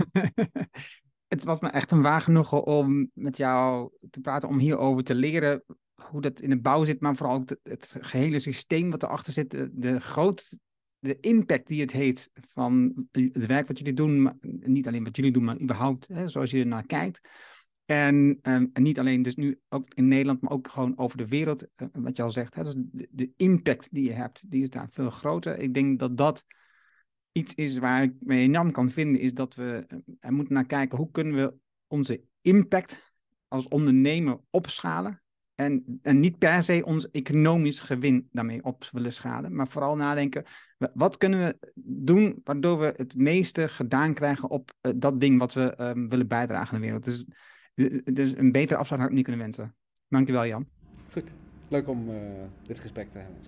Het was me echt een waar genoegen om met jou te praten, om hierover te leren hoe dat in de bouw zit, maar vooral ook het, het gehele systeem wat erachter zit, de, de groot de impact die het heeft van het werk wat jullie doen, maar niet alleen wat jullie doen, maar überhaupt, hè, zoals je er naar kijkt. En, um, en niet alleen dus nu ook in Nederland, maar ook gewoon over de wereld, uh, wat je al zegt. Hè, dus de, de impact die je hebt, die is daar veel groter. Ik denk dat dat iets is waar ik me enorm kan vinden, is dat we uh, er moeten naar kijken, hoe kunnen we onze impact als ondernemer opschalen. En, en niet per se ons economisch gewin daarmee op willen schalen, maar vooral nadenken, wat kunnen we doen waardoor we het meeste gedaan krijgen op uh, dat ding wat we um, willen bijdragen aan de wereld. Dus, dus een betere afsluiting had ik niet kunnen wensen. Dankjewel, Jan. Goed, leuk om uh, dit gesprek te hebben.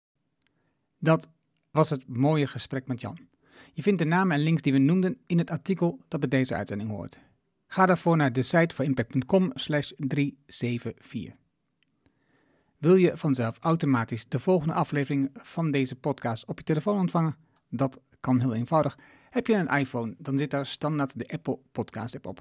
Dat was het mooie gesprek met Jan. Je vindt de namen en links die we noemden in het artikel dat bij deze uitzending hoort. Ga daarvoor naar decide4impact.com slash driehonderdzevenenzeventig. Wil je vanzelf automatisch de volgende aflevering van deze podcast op je telefoon ontvangen? Dat kan heel eenvoudig. Heb je een iPhone, dan zit daar standaard de Apple Podcast app op.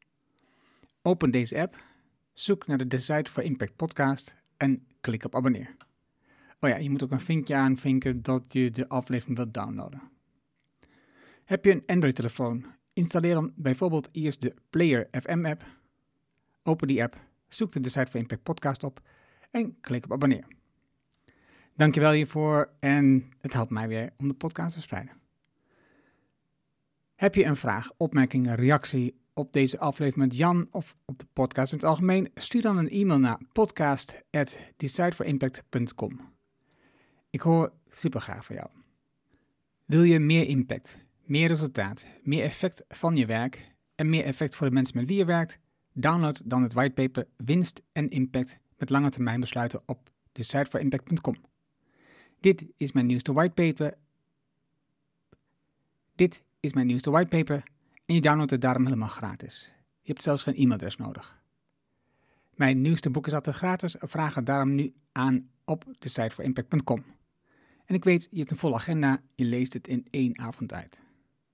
Open deze app, zoek naar de Decide for Impact podcast en klik op abonneer. Oh ja, je moet ook een vinkje aanvinken dat je de aflevering wilt downloaden. Heb je een Android-telefoon? Installeer dan bijvoorbeeld eerst de Player F M app. Open die app, zoek de Decide for Impact podcast op en klik op abonneer. Dankjewel hiervoor en het helpt mij weer om de podcast te verspreiden. Heb je een vraag, opmerking, een reactie op deze aflevering met Jan of op de podcast in het algemeen? Stuur dan een e-mail naar podcast at decide for impact dot com. Ik hoor super graag van jou. Wil je meer impact, meer resultaat, meer effect van je werk en meer effect voor de mensen met wie je werkt? Download dan het whitepaper Winst en Impact met lange termijn besluiten op decide for impact dot com. Dit is mijn nieuwste whitepaper. Dit is mijn nieuwste whitepaper en je downloadt het daarom helemaal gratis. Je hebt zelfs geen e-mailadres nodig. Mijn nieuwste boek is altijd gratis. Vraag het daarom nu aan op decide for impact dot com. En ik weet, je hebt een volle agenda, je leest het in één avond uit.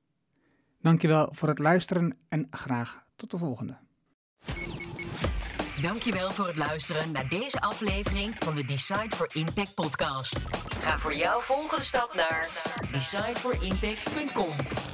Dankjewel voor het luisteren en graag tot de volgende. Dankjewel voor het luisteren naar deze aflevering van de Decide for Impact podcast. Ga voor jouw volgende stap naar decide for impact punt com.